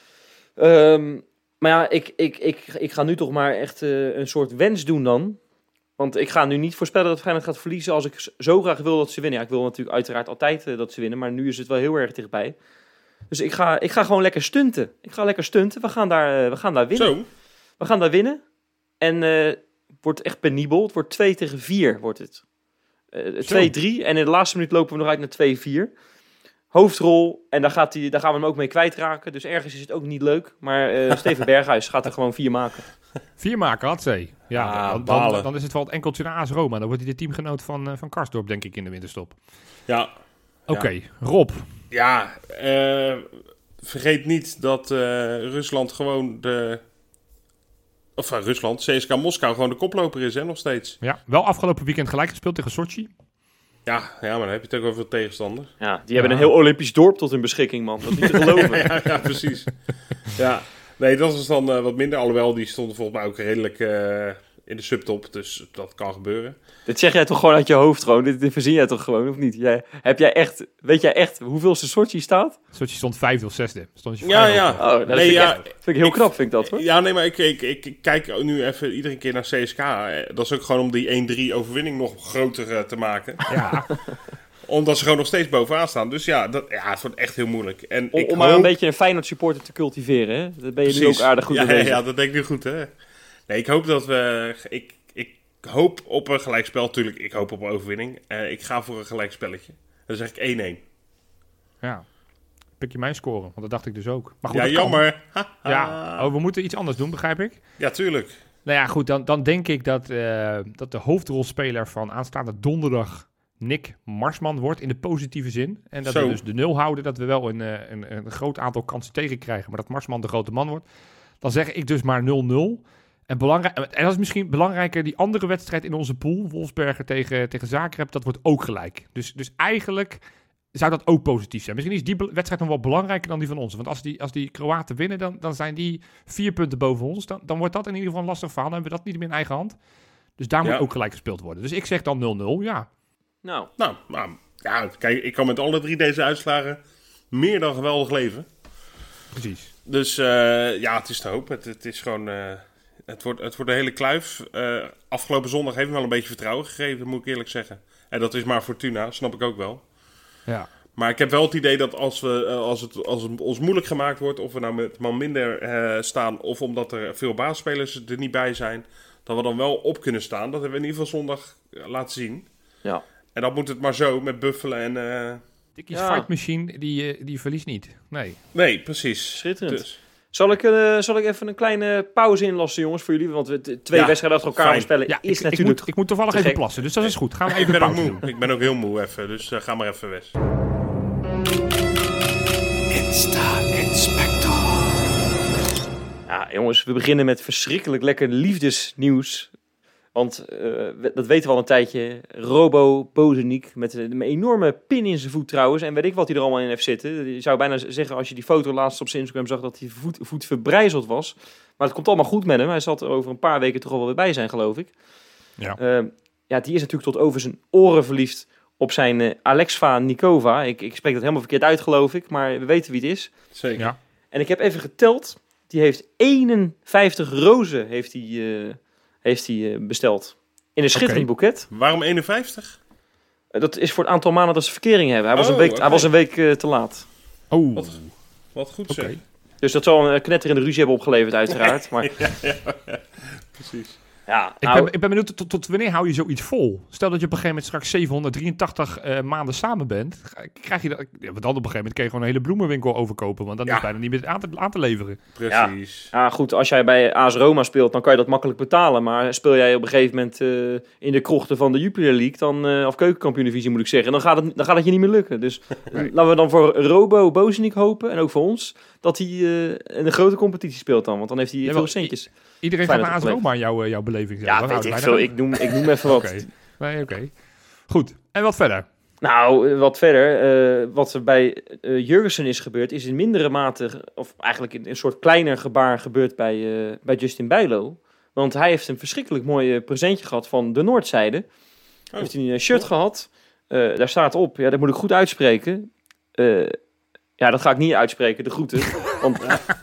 Um, maar ja, ik, ik, ik, ik ga nu toch maar echt uh, een soort wens doen dan. Want ik ga nu niet voorspellen dat Feyenoord gaat verliezen als ik zo graag wil dat ze winnen. Ja, ik wil natuurlijk uiteraard altijd uh, dat ze winnen, maar nu is het wel heel erg dichtbij. Dus ik ga, ik ga gewoon lekker stunten. Ik ga lekker stunten. We gaan daar, uh, we gaan daar winnen. Zo. We gaan daar winnen. En uh, het wordt echt penibel. Het wordt twee tegen vier wordt het. Uh, twee drie. En in de laatste minuut lopen we nog uit naar twee vier. Hoofdrol. En daar, gaat die, daar gaan we hem ook mee kwijtraken. Dus ergens is het ook niet leuk. Maar uh, Steven Berghuis gaat er gewoon vier maken. Vier maken, had ze. Ja, ah, dan, dan, dan is het wel het enkeltje naar A S Roma. Dan wordt hij de teamgenoot van, uh, van Karsdorp, denk ik, in de winterstop. Ja. Oké, okay, ja. Rob. Ja, uh, vergeet niet dat uh, Rusland gewoon de... Of uh, Rusland, C S K Moskou gewoon de koploper is, hè, nog steeds. Ja, wel afgelopen weekend gelijk gespeeld tegen Sochi. Ja, ja, maar dan heb je toch wel veel tegenstander. Ja, die ja. hebben een heel Olympisch dorp tot hun beschikking, man. Dat is niet te geloven. ja, ja, precies. ja, nee, dat is dan uh, wat minder. Alhoewel, die stonden volgens mij ook redelijk uh, in de subtop. Dus dat kan gebeuren. Dit zeg jij toch gewoon uit je hoofd gewoon? Dit, dit verzin jij toch gewoon, of niet? Jij, heb jij echt, weet jij echt hoeveelste Sochi staat? Sochi stond vijfde of zesde. Stond je ja, ja. Oh, dat nee, vind, ja, ik echt, vind ik heel ik, knap, vind ik dat, hoor. Ja, nee, maar ik, ik, ik, ik kijk nu even iedere keer naar C S K. Dat is ook gewoon om die één drie overwinning nog groter uh, te maken. Ja. Omdat ze gewoon nog steeds bovenaan staan. Dus ja, dat, ja het wordt echt heel moeilijk. En om ik om hoop... maar een beetje een Feyenoord supporter te cultiveren, hè? Dat ben je Precies. nu ook aardig goed ja, mee. Ja, ja, dat denk ik nu goed, hè? Nee, ik hoop dat we... Ik, ik hoop op een gelijkspel. Tuurlijk, ik hoop op een overwinning. Uh, ik ga voor een gelijkspelletje. Dan zeg ik één-één. Ja. Pik je mijn score, want dat dacht ik dus ook. Maar goed, ja, dat kan. jammer. Ja, oh, we moeten iets anders doen, begrijp ik? Ja, tuurlijk. Nou ja, goed, dan, dan denk ik dat, uh, dat de hoofdrolspeler van aanstaande donderdag Nick Marsman wordt in de positieve zin. En dat Zo. we dus de nul houden, dat we wel een, een, een groot aantal kansen tegenkrijgen, maar dat Marsman de grote man wordt. Dan zeg ik dus maar nul nul. En, belangrijk, en dat is misschien belangrijker, die andere wedstrijd in onze pool, Wolfsberger tegen, tegen Zagreb, dat wordt ook gelijk. Dus, dus eigenlijk zou dat ook positief zijn. Misschien is die be- wedstrijd nog wel belangrijker dan die van ons. Want als die, als die Kroaten winnen, dan, dan zijn die vier punten boven ons. Dan, dan wordt dat in ieder geval een lastig verhaal. Dan hebben we dat niet meer in eigen hand. Dus daar Ja. moet ook gelijk gespeeld worden. Dus ik zeg dan nul nul, ja. Nou, Nou, nou, ja, kijk, ik kan met alle drie deze uitslagen meer dan geweldig leven. Precies. Dus uh, ja, het is te hopen. Het, het is gewoon... Uh, het, wordt, het wordt een hele kluif. Uh, afgelopen zondag heeft me wel een beetje vertrouwen gegeven, moet ik eerlijk zeggen. En dat is maar Fortuna, snap ik ook wel. Ja. Maar ik heb wel het idee dat als, we, uh, als, het, als het ons moeilijk gemaakt wordt, of we nou met man minder uh, staan, of omdat er veel basisspelers er niet bij zijn, dat we dan wel op kunnen staan. Dat hebben we in ieder geval zondag uh, laten zien. ja. En dan moet het maar zo met Buffelen en... Uh... Dickie's Ja. Fight Machine, die, uh, die verliest niet. Nee. Nee, precies. Schitterend. Dus, Zal ik, uh, zal ik even een kleine pauze inlassen, jongens, voor jullie? Want we t- twee Ja, wedstrijden achter elkaar fijn. spelen Ja, is ik, natuurlijk... ik, moet, ik moet toevallig te even gek. plassen. Dus dat is goed. Gaan we ik even ben ook pauze moe. doen. Ik ben ook heel moe even. Dus uh, ga maar even weg. Ja, jongens, we beginnen met verschrikkelijk lekker liefdesnieuws. Want uh, we- dat weten we al een tijdje. Robo Bozeniek met een enorme pin in zijn voet trouwens. En weet ik wat hij er allemaal in heeft zitten. Je zou bijna zeggen als je die foto laatst op zijn Instagram zag dat hij voet, voet verbrijzeld was. Maar het komt allemaal goed met hem. Hij zal er over een paar weken toch wel weer bij zijn, geloof ik. Ja. Uh, ja, die is natuurlijk tot over zijn oren verliefd op zijn uh, Alexva Nikova. Ik, ik spreek dat helemaal verkeerd uit, geloof ik. Maar we weten wie het is. Zeker. Ja. En ik heb even geteld. Die heeft eenenvijftig rozen heeft hij, uh, heeft hij, uh, besteld. In een schitterend Oké. boeket. Waarom eenenvijftig? Uh, dat is voor het aantal maanden dat ze verkering hebben. Hij was Oh, een week, oké. hij was een week uh, te laat. Oh, Wat, wat goed oké. zeg. Dus dat zal een knetterende ruzie hebben opgeleverd uiteraard. Maar ja, ja, ja, precies. ja, Ik nou, ben, ik ben benieuwd, tot, tot wanneer hou je zoiets vol? Stel dat je op een gegeven moment straks zevenhonderddrieëntachtig uh, maanden samen bent. Krijg je dat, ja, want dan op een gegeven moment kun je gewoon een hele bloemenwinkel overkopen. Want dan Ja. is bijna niet meer aan te, aan te leveren. Precies. ja, goed, als jij bij A S Roma speelt, dan kan je dat makkelijk betalen. Maar speel jij op een gegeven moment uh, in de krochten van de Jupiler League, dan, uh, of keukenkampioen-divisie moet ik zeggen, dan gaat, het, dan gaat het je niet meer lukken. Dus Nee. laten we dan voor Robo Bozeniek hopen, en ook voor ons, dat hij uh, in een grote competitie speelt dan. Want dan heeft hij Ja, veel wel, centjes. Iedereen Fijn gaat naar dat A S het Roma, jouw, uh, jouw beleving. Ja, Wat weet houden ik wij veel. dan? Ik noem, ik noem even wat. Oké. Nee, oké. Goed. En wat verder? Nou, wat verder. Uh, wat er bij uh, Jurgensen is gebeurd, is in mindere mate, of eigenlijk in een soort kleiner gebaar gebeurd bij, uh, bij Justin Bijlo. Want hij heeft een verschrikkelijk mooi uh, presentje gehad van de Noordzijde. Oh. Heeft hij een shirt gehad. Uh, daar staat op, ja, dat moet ik goed uitspreken. Uh, ja, dat ga ik niet uitspreken, de groeten. Want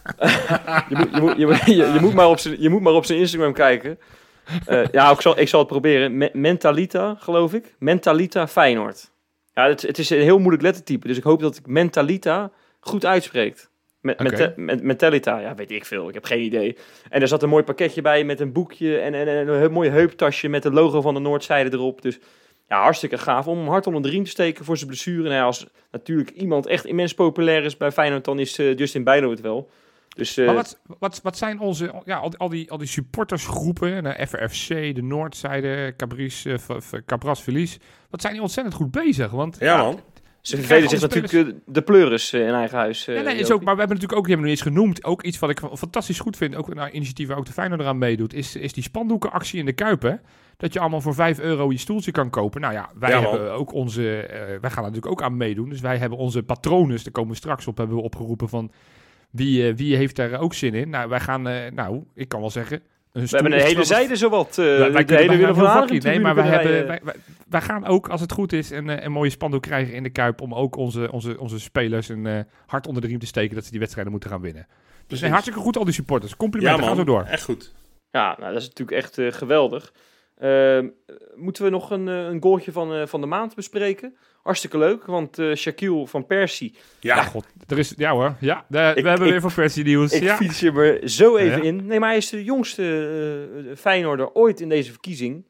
je, moet, je, moet, je, moet, je, je, moet maar op zijn, je moet maar op zijn Instagram kijken. Uh, ja, ik zal, ik zal het proberen. Me- Mentalita, geloof ik. Mentalita Feyenoord. Ja, het, het is een heel moeilijk lettertype. Dus ik hoop dat ik Mentalita goed uitspreekt. Met, Oké. met, met, Mentalita, ja, weet ik veel. Ik heb geen idee. En er zat een mooi pakketje bij met een boekje en, en, en een heel mooi heuptasje met het logo van de Noordzijde erop. Dus ja, hartstikke gaaf om hem hard onder de riem te steken voor zijn blessure. En ja, als natuurlijk iemand echt immens populair is bij Feyenoord, dan is uh, Justin Bijlo het wel. Dus, uh, Maar wat, wat, wat zijn onze, ja, al, al, die, al die supportersgroepen, de F R F C, de Noordzijde, Cabris, uh, F- F- Cabras Verlies, wat zijn die ontzettend goed bezig? Want Ja, man. ze je vervelen krijgt zich alle natuurlijk uh, de pleuris uh, in eigen huis. Uh, Ja, nee, is Jopie. ook, maar we hebben natuurlijk ook, die hebben we nog eens genoemd, ook iets wat ik fantastisch goed vind, ook naar initiatieven ook de Feyenoord eraan meedoet, is, is die spandoekenactie in de Kuip, hè? Dat je allemaal voor vijf euro je stoeltje kan kopen. Nou ja, wij Ja, man. hebben ook onze, uh, wij gaan er natuurlijk ook aan meedoen, dus wij hebben onze patronen, daar komen we straks op, hebben we opgeroepen van wie, uh, wie heeft daar ook zin in. Nou, wij gaan, uh, nou, ik kan wel zeggen, een We hebben een hele zijde zowat. Uh, wij, wij de hele Willem van Hanegem Nee, maar wij, tribune hebben, kunnen wij, wij, wij gaan ook, als het goed is, een, eh, een mooie spandoek krijgen in de Kuip om ook onze, onze, onze spelers een uh, hart onder de riem te steken dat ze die wedstrijden moeten gaan winnen. Dus nee, hartstikke goed al die supporters. Ja, Complimenten, man. gaan zo door. Echt goed. Ja, nou, dat is natuurlijk echt uh, geweldig. Uh, moeten we nog een, uh, een goaltje van, uh, van de maand bespreken? Hartstikke leuk, want uh, Shaquille van Persie... Ja, Ja, god. Er is, ja hoor, ja, de, Ik- we hebben ik- weer van Persie nieuws. Ik Ja. fiets je er zo even Ja. in. Nee, maar hij is de jongste uh, Feyenoorder ooit in deze verkiezing.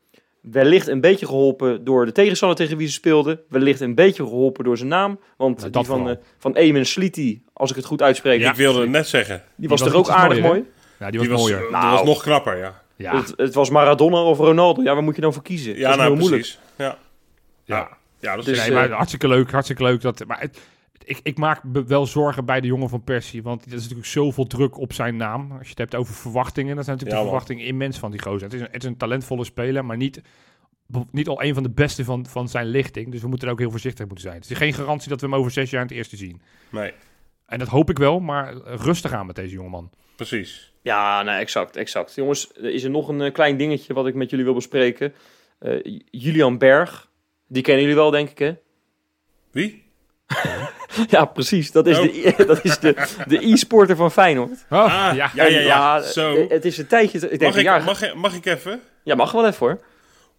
wellicht een beetje geholpen door de tegenstander tegen wie ze speelden. Wellicht een beetje geholpen door zijn naam. Want Nou, die dat van, vooral. uh, van Eamon Sliti, als ik het goed uitspreek, Ik wilde het net zeggen. die was was toch ook iets aardig mooier, mooi. Ja, die was, Die was, mooier. die Nou. was nog knapper, ja. Ja, Het, het was Maradona of Ronaldo. Ja, waar moet je dan voor kiezen? Ja, dat is nou heel moeilijk. precies. Ja. ja. Ja. Ja, dat is Dus, nee, eh, maar hartstikke leuk, hartstikke leuk. Dat, maar het, ik, ik maak me wel zorgen bij de jongen van Persie. Want er is natuurlijk zoveel druk op zijn naam. Als je het hebt over verwachtingen, dan zijn natuurlijk Ja, de man. verwachtingen immens van die gozer. Het is een, het is een talentvolle speler, maar niet, niet al een van de beste van, van zijn lichting. Dus we moeten er ook heel voorzichtig moeten zijn. Het is geen garantie dat we hem over zes jaar in het eerste zien. Nee, En dat hoop ik wel, maar rustig aan met deze jongeman. precies. Ja, nee, exact, exact. Jongens, er is er nog een uh, klein dingetje wat ik met jullie wil bespreken. Uh, Julian Berg, die kennen jullie wel, denk ik, hè? Wie? Ja, precies. Dat is Oh. de, dat is de, de e-sporter van Feyenoord. Oh, Ah, ja. ja, ja, ja. Ja, Zo. eh, Het is een tijdje... Ik denk, Mag ik, ja, mag, ik, mag ik even? ja, mag wel even hoor.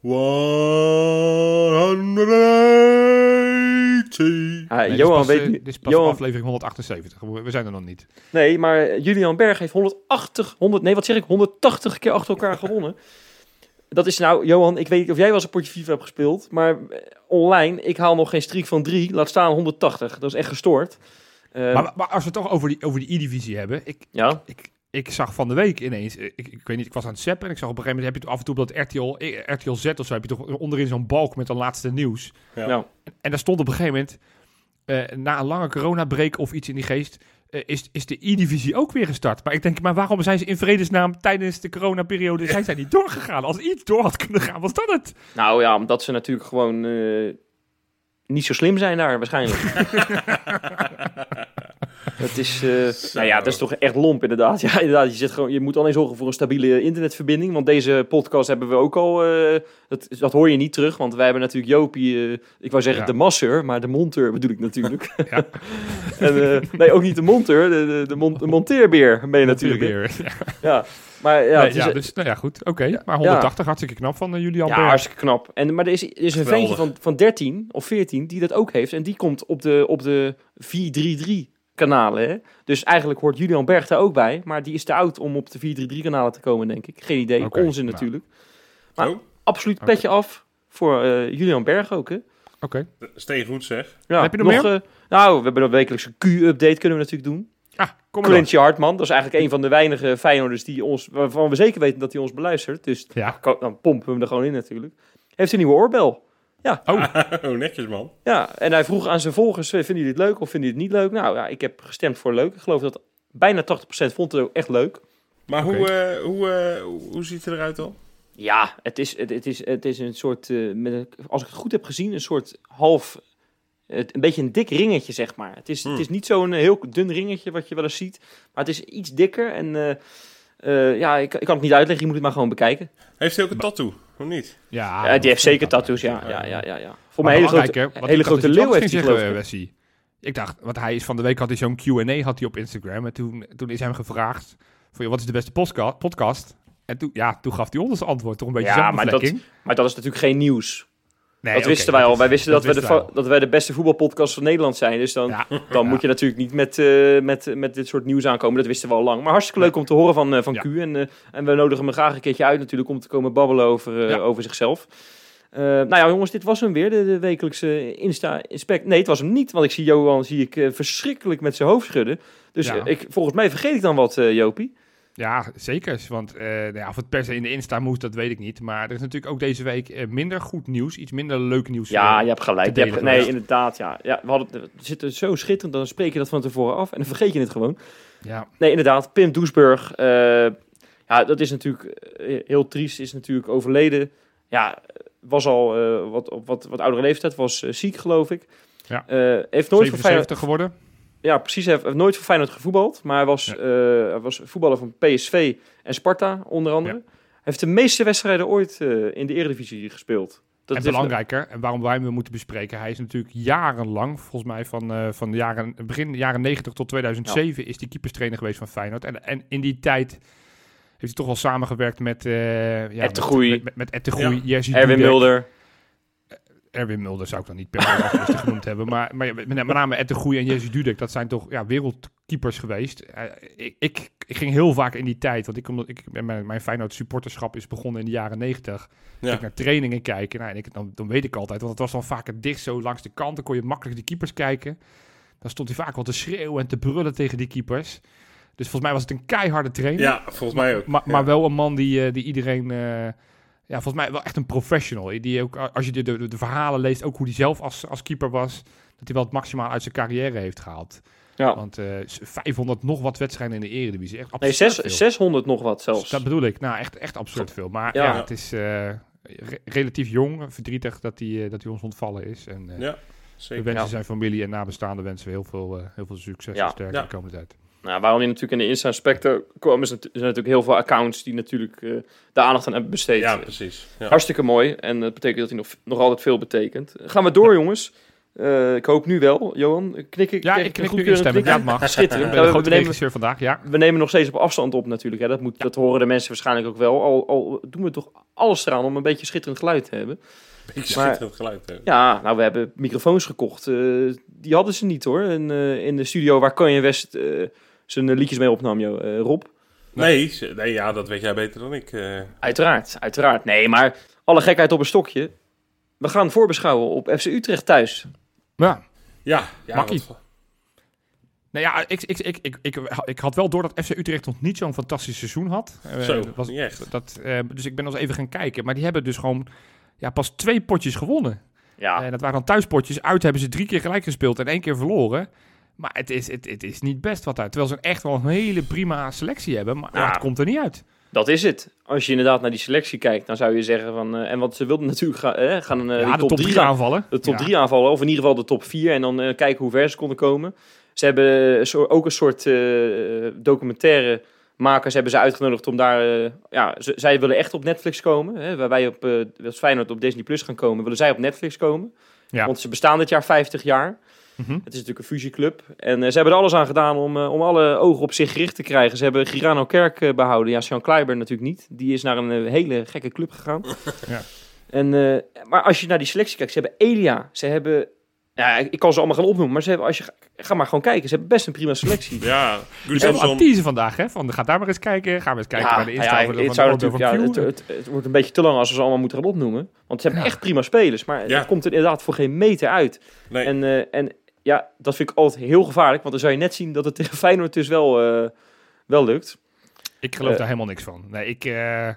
honderdtachtig. Ja, Nee, dit is Johan pas, weet eh, niet... Dit is pas Johan, aflevering honderdachtenzeventig. We we zijn er nog niet. nee, maar Julian Berg heeft honderdachtig... honderd, nee, wat zeg ik? honderdtachtig keer achter elkaar gewonnen. Dat is nou... Johan, ik weet niet of jij wel eens een potje FIFA hebt gespeeld, maar eh, online, ik haal nog geen streak van drie. Laat staan honderdtachtig. Dat is echt gestoord. Uh, Maar, maar als we het toch over die, over die E-divisie hebben. Ik, ja, ik, ik zag van de week ineens, ik, ik weet niet, ik was aan het zappen en ik zag op een gegeven moment, heb je toch af en toe op dat R T L, eh, R T L Z of zo, heb je toch onderin zo'n balk met dan laatste nieuws. Ja. ja. En daar stond op een gegeven moment, uh, na een lange coronabreak of iets in die geest, uh, is, is de E-divisie ook weer gestart. Maar ik denk, maar waarom zijn ze in vredesnaam tijdens de coronaperiode, zijn zij niet doorgegaan? Als iets door had kunnen gaan, was dat het? Nou ja, omdat ze natuurlijk gewoon uh, niet zo slim zijn daar, waarschijnlijk. Het is, uh, nou ja, dat is toch echt lomp inderdaad. Ja, inderdaad, je, zit gewoon, je moet alleen zorgen voor een stabiele internetverbinding. Want deze podcast hebben we ook al, uh, dat, dat hoor je niet terug. Want wij hebben natuurlijk Jopie, uh, ik wou zeggen Ja. de masseur, maar de monteur bedoel ik natuurlijk. Ja. en, uh, nee, ook niet de monteur, de, de, de, mon- de monteerbeer ben je natuurlijk. hè? Weer. Ja, Ja, maar ja, nee, het is, ja, dus, nou ja, goed. Oké, maar honderdtachtig, hartstikke knap van uh, Julian ja, Berg. hartstikke knap. En, maar er is, er is een Geweldig. ventje van, van dertien of veertien die dat ook heeft. En die komt op de, op de vier drie drie kanalen. Hè? Dus eigenlijk hoort Julian Berg daar ook bij. Maar die is te oud om op de vier drie drie kanalen te komen, denk ik. Geen idee. Oké, Onzin nou. natuurlijk. Maar Oh, absoluut Oké. petje af voor uh, Julian Berg ook. Hè? Oké. steen goed zeg. Ja, Heb je nog meer? uh, nou, we hebben een wekelijkse Q-update kunnen we natuurlijk doen. Ah, kom maar door. Clintje Hartman, dat is eigenlijk een van de weinige Feyenoorders die ons, waarvan we zeker weten dat hij ons beluistert. Dus Ja. kan- dan pompen we hem er gewoon in natuurlijk. Heeft een nieuwe oorbel. Oh, Oh, netjes man. Ja, en hij vroeg aan zijn volgers, eh, vinden jullie het leuk of vinden jullie het niet leuk? Nou ja, ik heb gestemd voor leuk. Ik geloof dat bijna tachtig procent vond het ook echt leuk. Maar Oké. hoe, eh, hoe, eh, hoe ziet het eruit dan? Ja, het is, het, het is, het is een soort, eh, met een, als ik het goed heb gezien, een soort half, het, een beetje een dik ringetje zeg maar. Het is, Hmm. het is niet zo'n heel dun ringetje wat je wel eens ziet, maar het is iets dikker. En uh, uh, ja, ik, ik kan het niet uitleggen, je moet het maar gewoon bekijken. Heeft hij ook een tattoo? Of niet? ja. Ja, die heeft zeker tattoos, ja. ja, ja, ja, ja. Voor mij een hele grote, belangrijker, want hele ik dacht grote dat je leeuw iets heeft hij anders geloof ging ik. zeggen, Wessie. Ik dacht, want hij is van de week had hij zo'n Q en A had hij op Instagram. En toen, toen is hem gevraagd, van, joh, wat is de beste postka- podcast? En toen, ja, toen gaf hij ons antwoord, toch een beetje Ja, maar dat, zelfbevlekking. maar dat is natuurlijk geen nieuws. Nee, dat oké, wisten wij al. is- Wij wisten dat, we, de, wisten wij va- dat wij de beste voetbalpodcast van Nederland zijn. Dus dan, al. Ja, dan ja. moet je natuurlijk niet met, uh, met, met dit soort nieuws aankomen. Dat wisten we al lang. Maar hartstikke leuk om te horen van, uh, van Ja. Q. En, uh, en we nodigen hem graag een keertje uit natuurlijk om te komen babbelen over, uh, Ja. over zichzelf. Uh, nou ja, jongens, dit was hem weer. De, de wekelijkse Insta-inspect. Nee, het was hem niet. Want ik zie Johan zie ik, uh, verschrikkelijk met zijn hoofd schudden. Dus Ja. uh, ik, volgens mij vergeet ik dan wat, uh, Jopie. Ja, zeker. Want uh, nou ja, of het per se in de Insta moest, dat weet ik niet. Maar er is natuurlijk ook deze week uh, minder goed nieuws. Iets minder leuk nieuws. Ja, uh, je hebt gelijk. te Je hebt, delen nee, geweest. inderdaad. Ja. Ja, we hadden, het zit er zo schitterend. Dan spreek je dat van tevoren af. En dan vergeet je het gewoon. ja. Nee, inderdaad. Pim Doesburg. Uh, ja, dat is natuurlijk uh, heel triest. Is natuurlijk overleden. Ja, was al uh, wat, op wat, wat oudere leeftijd. Was uh, ziek, geloof ik. Ja. Uh, heeft nooit voor Feyenoord... zevenenzeventig geworden. Ja, precies. Hij heeft, heeft nooit voor Feyenoord gevoetbald. Maar hij was, Ja. uh, hij was voetballer van P S V en Sparta, onder andere. Ja. Hij heeft de meeste wedstrijden ooit uh, in de Eredivisie gespeeld. Dat En is- belangrijker, en waarom wij hem moeten bespreken. Hij is natuurlijk jarenlang, volgens mij van, uh, van de jaren, begin jaren negentig tot tweeduizend zeven, is die keeperstrainer geweest van Feyenoord. En, en in die tijd heeft hij toch wel samengewerkt met... Uh, ja, Ed de Groei. Met, met, met Ed de Groei, Ja. Jerzy Erwin Dudek. Mulder. Erwin Mulder zou ik dan niet per se als eerste genoemd hebben. Maar, maar met met name Ed de Goeie en Jerzy Dudek, dat zijn toch ja, wereldkeepers geweest. Uh, ik, ik, ik ging heel vaak in die tijd, want ik, ik, mijn, mijn Feyenoord supporterschap is begonnen in de jaren negentig. Ja. Ik naar trainingen kijken, nou, en ik, dan, dan weet ik altijd, want het was dan vaak het dicht zo langs de kant. Dan kon je makkelijk de keepers kijken. Dan stond hij vaak wel te schreeuwen en te brullen tegen die keepers. Dus volgens mij was het een keiharde trainer. Ja, volgens mij ook. Maar, ja. maar wel een man die, uh, die iedereen... Uh, ja, volgens mij wel echt een professional. Die ook, als je de, de, de verhalen leest, ook hoe hij zelf als, als keeper was, dat hij wel het maximaal uit zijn carrière heeft gehaald. Ja. Want uh, vijfhonderd nog wat wedstrijden in de Eredivisie. Echt nee, zes, zeshonderd nog wat zelfs. Dat bedoel ik. Nou, echt, echt absurd veel. Maar ja, ja het is uh, re- relatief jong. Verdrietig dat hij, uh, dat hij ons ontvallen is. En uh, ja, zeker. we wensen ja. zijn familie en nabestaanden wensen we heel veel, uh, heel veel succes ja. en sterkte ja. de komende tijd. Nou, waarom hij natuurlijk in de Insta Spectre kwam, is er zijn natuurlijk heel veel accounts die natuurlijk uh, de aandacht aan hebben besteed. Ja, precies. Ja. Hartstikke mooi. En dat betekent dat hij nog, nog altijd veel betekent. Gaan we door, jongens. Uh, ik hoop nu wel, Johan. Knik ik, ja, ik knik nu instemmen. Ja, het mag. Schitterend. Ik ben een grote regisseur vandaag, ja. We nemen nog steeds op afstand op natuurlijk. Hè. Dat, moet, ja. dat horen de mensen waarschijnlijk ook wel. Al, al doen we toch alles eraan om een beetje schitterend geluid te hebben. Beetje maar, schitterend geluid te hebben. Ja, nou, we hebben microfoons gekocht. Uh, die hadden ze niet, hoor. In, uh, in de studio waar Kanye West uh, zijn liedjes mee opnam, joh. Uh, Rob. Nee, nee, ja, dat weet jij beter dan ik. Uh... Uiteraard, uiteraard. Nee, maar alle gekheid op een stokje. We gaan voorbeschouwen op F C Utrecht thuis. Ja. Ja, ja. Makkie. Wat... Nou ja, ik, ik, ik, ik, ik, ik had wel door dat F C Utrecht nog niet zo'n fantastisch seizoen had. Zo, uh, was, niet echt. Dat, uh, dus ik ben nog eens even gaan kijken. Maar die hebben dus gewoon ja, pas twee potjes gewonnen. Ja. Uh, dat waren dan thuispotjes. Uit hebben ze drie keer gelijk gespeeld en één keer verloren. Maar het is, het, het is niet best wat uit. Terwijl ze echt wel een hele prima selectie hebben. Maar ja. het komt er niet uit. Dat is het. Als je inderdaad naar die selectie kijkt, dan zou je zeggen van... Uh, en wat ze wilden natuurlijk gaan... Uh, gaan uh, ja, de top drie aanvallen. De top ja. drie aanvallen. Of in ieder geval de top vier. En dan uh, kijken hoe ver ze konden komen. Ze hebben zo, ook een soort uh, documentaire makers hebben ze uitgenodigd om daar... Uh, ja, z- zij willen echt op Netflix komen. Hè, waar wij op, uh, als Feyenoord op Disney Plus gaan komen, willen zij op Netflix komen. Ja. Want ze bestaan dit jaar vijftig jaar. Mm-hmm. Het is natuurlijk een fusieclub. En uh, ze hebben er alles aan gedaan om, uh, om alle ogen op zich gericht te krijgen. Ze hebben Girano Kerk uh, behouden. Ja, Sean Kleiber natuurlijk niet. Die is naar een uh, hele gekke club gegaan. Ja. En, uh, maar als je naar die selectie kijkt, ze hebben Elia. Ze hebben... Ja, ik kan ze allemaal gaan opnoemen. Maar ze hebben, als je... Ga maar gewoon kijken. Ze hebben best een prima selectie. Ja, we hebben al teasen vandaag, hè? Van, ga daar maar eens kijken. Gaan we eens kijken ja, bij de Insta. Ja, ja, het, zou natuurlijk, ja, het, het, het wordt een beetje te lang als we ze allemaal moeten gaan opnoemen. Want ze hebben ja. echt prima spelers. Maar ja. het komt er inderdaad voor geen meter uit. Nee. En, uh, en ja, dat vind ik altijd heel gevaarlijk. Want dan zou je net zien dat het tegen Feyenoord dus wel, uh, wel lukt. Ik geloof uh, daar helemaal niks van. Nee, ik... Uh,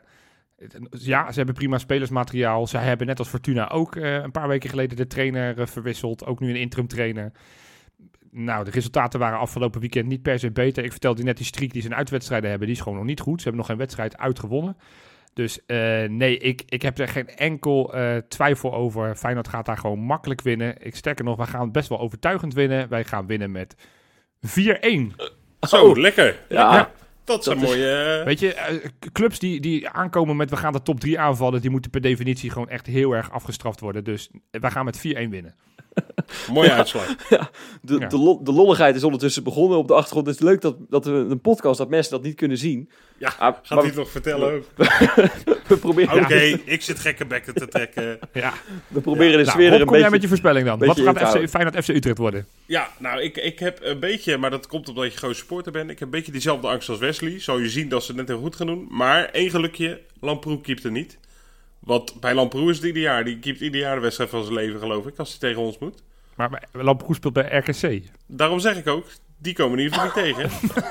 ja, ze hebben prima spelersmateriaal. Ze hebben net als Fortuna ook uh, een paar weken geleden de trainer uh, verwisseld. Ook nu een interim trainer. Nou, de resultaten waren afgelopen weekend niet per se beter. Ik vertelde net die streak die ze in uitwedstrijden hebben. Die is gewoon nog niet goed. Ze hebben nog geen wedstrijd uitgewonnen. Dus uh, nee, ik, ik heb er geen enkel uh, twijfel over. Feyenoord gaat daar gewoon makkelijk winnen. Ik sterker nog, wij gaan best wel overtuigend winnen. Wij gaan winnen met vier-een. Zo, oh, lekker. Ja. ja. Dat zijn mooie... Uh... Weet je, uh, clubs die, die aankomen met we gaan de top drie aanvallen, die moeten per definitie gewoon echt heel erg afgestraft worden. Dus wij gaan met vier-een winnen. Mooie uitslag. Ja, de, ja. De, lo- de lolligheid is ondertussen begonnen op de achtergrond. Het is leuk dat, dat we een podcast, dat mensen dat niet kunnen zien. Ja, ah, gaat hij het nog vertellen ook? we proberen... Oké, okay, ik zit gekke bekken te trekken. Ja. We proberen ja. de sfeer nou, er een kom beetje... jij met je voorspelling dan? Wat gaat F C, Feyenoord F C Utrecht worden? Ja, nou, ik, ik heb een beetje, maar dat komt omdat je groot supporter bent. Ik heb een beetje diezelfde angst als Wesley. Zal je zien dat ze het net heel goed gaan doen. Maar één gelukje, Lamproe keept er niet. Want bij Lamproe is het ieder jaar. Die keept ieder jaar de wedstrijd van zijn leven, geloof ik, als hij tegen ons moet. Maar, maar Lamproe speelt bij R K C. Daarom zeg ik ook, die komen in ieder geval niet tegen.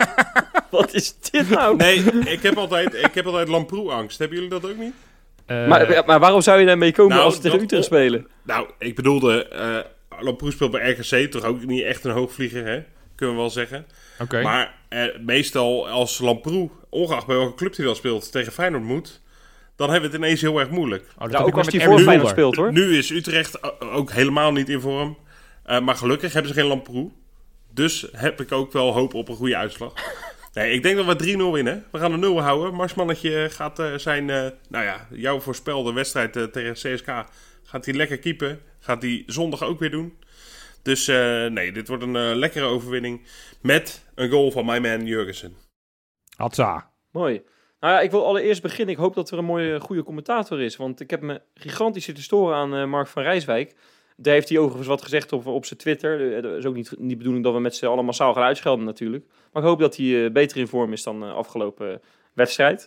Wat is dit nou? Nee, ik heb altijd, ik heb altijd Lamproe-angst. Hebben jullie dat ook niet? Uh, maar, maar waarom zou je daarmee komen nou, als ze tegen dat, Utrecht spelen? Nou, ik bedoelde, uh, Lamproe speelt bij R K C, toch ook niet echt een hoogvlieger, hè? Kunnen we wel zeggen. Okay. Maar uh, meestal als Lamproe, ongeacht bij welke club hij dan speelt, tegen Feyenoord moet, dan hebben we het ineens heel erg moeilijk. Oh, nou, ook als hij voor Feyenoord speelt, hoor. Nu is Utrecht ook helemaal niet in vorm. Uh, maar gelukkig hebben ze geen Lamproe. Dus heb ik ook wel hoop op een goede uitslag. Nee, ik denk dat we drie-nul winnen. We gaan een nul houden. Marsmannetje gaat uh, zijn, uh, nou ja, jouw voorspelde wedstrijd uh, tegen C S K. Gaat hij lekker keepen. Gaat hij zondag ook weer doen. Dus uh, nee, dit wordt een uh, lekkere overwinning. Met een goal van my man Jurgensen. Hatsa. Mooi. Nou ja, ik wil allereerst beginnen. Ik hoop dat er een mooie, goede commentator is. Want ik heb me gigantisch zitten storen aan uh, Mark van Rijswijk. Daar heeft hij overigens wat gezegd op, op zijn Twitter. Dat is ook niet, niet de bedoeling dat we met z'n allen massaal gaan uitschelden natuurlijk. Maar ik hoop dat hij uh, beter in vorm is dan de uh, afgelopen uh, wedstrijd.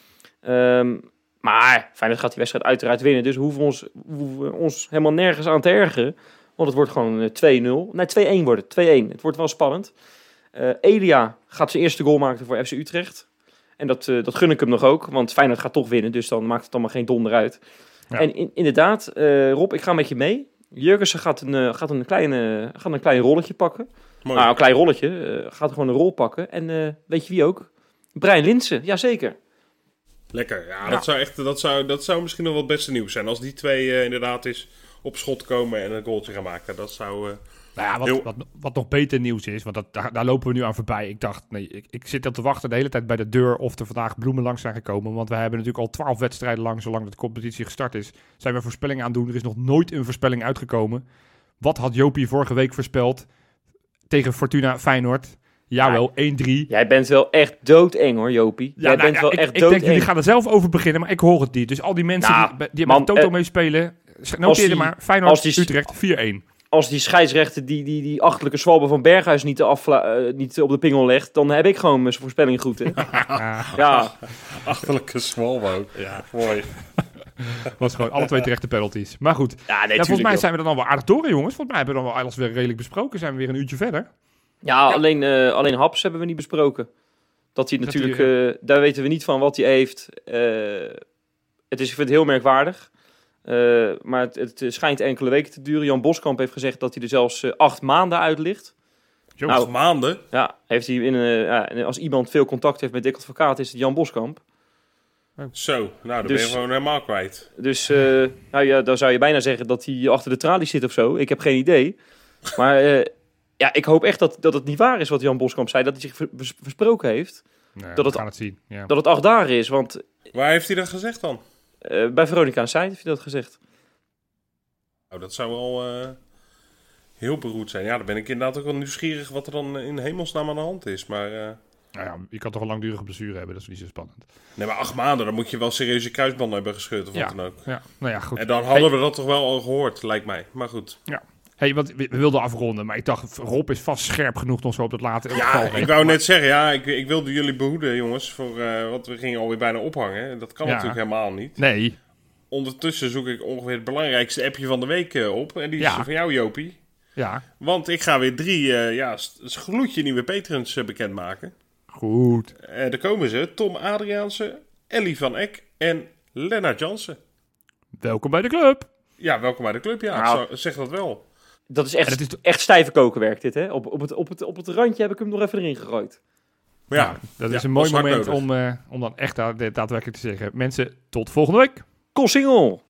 Um, maar Feyenoord gaat die wedstrijd uiteraard winnen. Dus we hoeven ons, we hoeven ons helemaal nergens aan te ergeren. Want het wordt gewoon uh, twee nul. Nee, twee-een wordt twee-een. Het wordt wel spannend. Uh, Elia gaat zijn eerste goal maken voor F C Utrecht. En dat, uh, dat gun ik hem nog ook. Want Feyenoord gaat toch winnen. Dus dan maakt het allemaal geen donder uit. Ja. En in, inderdaad, uh, Rob, ik ga met je mee. Jurgensen gaat een, uh, gaat een, kleine, gaat een klein rolletje pakken. Mooi. Nou, een klein rolletje. Uh, gaat gewoon een rol pakken. En uh, weet je wie ook? Brian Linssen, jazeker. Lekker. Ja, ja. Dat, zou echt, dat, zou, dat zou misschien nog wel het beste nieuws zijn. Als die twee uh, inderdaad eens op schot komen en een goaltje gaan maken. Dat zou... Uh, nou ja, wat, heel... wat, wat nog beter nieuws is, want dat, daar, daar lopen we nu aan voorbij. Ik dacht, nee, ik, ik zit al te wachten de hele tijd bij de deur of er vandaag bloemen langs zijn gekomen. Want we hebben natuurlijk al twaalf wedstrijden lang, zolang de competitie gestart is, zijn we voorspellingen aan het doen. Er is nog nooit een voorspelling uitgekomen. Wat had Jopie vorige week voorspeld tegen Fortuna Feyenoord? Jawel, ja, één drie. Jij bent wel echt doodeng hoor, Jopie. Ja, Jij nou, bent ja, wel ik, echt ik doodeng. denk, jullie gaan er zelf over beginnen, maar ik hoor het niet. Dus al die mensen nou, die, die man, met Toto uh, meespelen, noteer er maar. Feyenoord, die, Utrecht, vier-één. Als die scheidsrechter die, die, die achterlijke zwalbe van Berghuis niet, afla, uh, niet op de pingel legt, dan heb ik gewoon mijn voorspelling goed, hè? Ja. Achterlijke zwalbe ook. Ja, mooi. Was gewoon alle twee terechte penalties. Maar goed, ja, nee, ja, volgens mij joh. zijn we dan al wel aardig door, jongens. Volgens mij hebben we dan wel alles weer redelijk besproken. Zijn we weer een uurtje verder. Ja, ja. Alleen, uh, alleen Haps hebben we niet besproken. Dat hij natuurlijk, hij, uh, daar weten we niet van wat hij heeft. Uh, het is, ik vind het heel merkwaardig. Uh, maar het, het schijnt enkele weken te duren. Jan Boskamp heeft gezegd dat hij er zelfs uh, acht maanden uit ligt. Jo, nou, acht maanden? Ja, heeft hij in, uh, ja, als iemand veel contact heeft met Dick Advocaat, is het Jan Boskamp. Zo, nou dan dus, ben je gewoon helemaal kwijt. Dus uh, nou ja, dan zou je bijna zeggen dat hij achter de tralies zit of zo. Ik heb geen idee. Maar uh, ja, ik hoop echt dat, dat het niet waar is wat Jan Boskamp zei. Dat hij zich vers- versproken heeft. Nee, dat, we het, gaan het zien. Ja. dat het acht dagen is. Want, waar heeft hij dat gezegd dan? Uh, bij Veronica aan Site heeft hij dat gezegd. Nou, dat zou wel uh, heel beroerd zijn. Ja, dan ben ik inderdaad ook wel nieuwsgierig wat er dan in hemelsnaam aan de hand is. Maar... Uh... Nou ja, je kan toch een langdurige blessure hebben, dat is niet zo spannend. Nee, maar acht maanden, dan moet je wel serieuze kruisbanden hebben gescheurd of ja, wat dan ook. Ja, nou ja, goed. En dan hadden hey. we dat toch wel al gehoord, lijkt mij. Maar goed. Ja. Hey, want we, we wilden afronden, maar ik dacht, Rob is vast scherp genoeg nog zo op het late. Ja, ik wou maar... net zeggen, ja, ik, ik wilde jullie behoeden, jongens, voor, uh, want we gingen alweer bijna ophangen. Dat kan ja. natuurlijk helemaal niet. Nee. Ondertussen zoek ik ongeveer het belangrijkste appje van de week uh, op. En die is ja. van jou, Jopie. Ja. Want ik ga weer drie, uh, ja, gloedje nieuwe patrons uh, bekendmaken. Goed. Uh, daar komen ze. Tom Adriaanse, Ellie van Eck en Lennart Jansen. Welkom bij de club. Ja, welkom bij de club, ja. Nou, Zo, zeg dat wel. Dat is echt, het is to- echt stijve kokenwerk dit, hè? Op, op, het, op, het, op het randje heb ik hem nog even erin gegooid. Ja, ja dat is ja, een mooi moment om, uh, om dan echt daad, daadwerkelijk te zeggen. Mensen, tot volgende week. Koolsingel!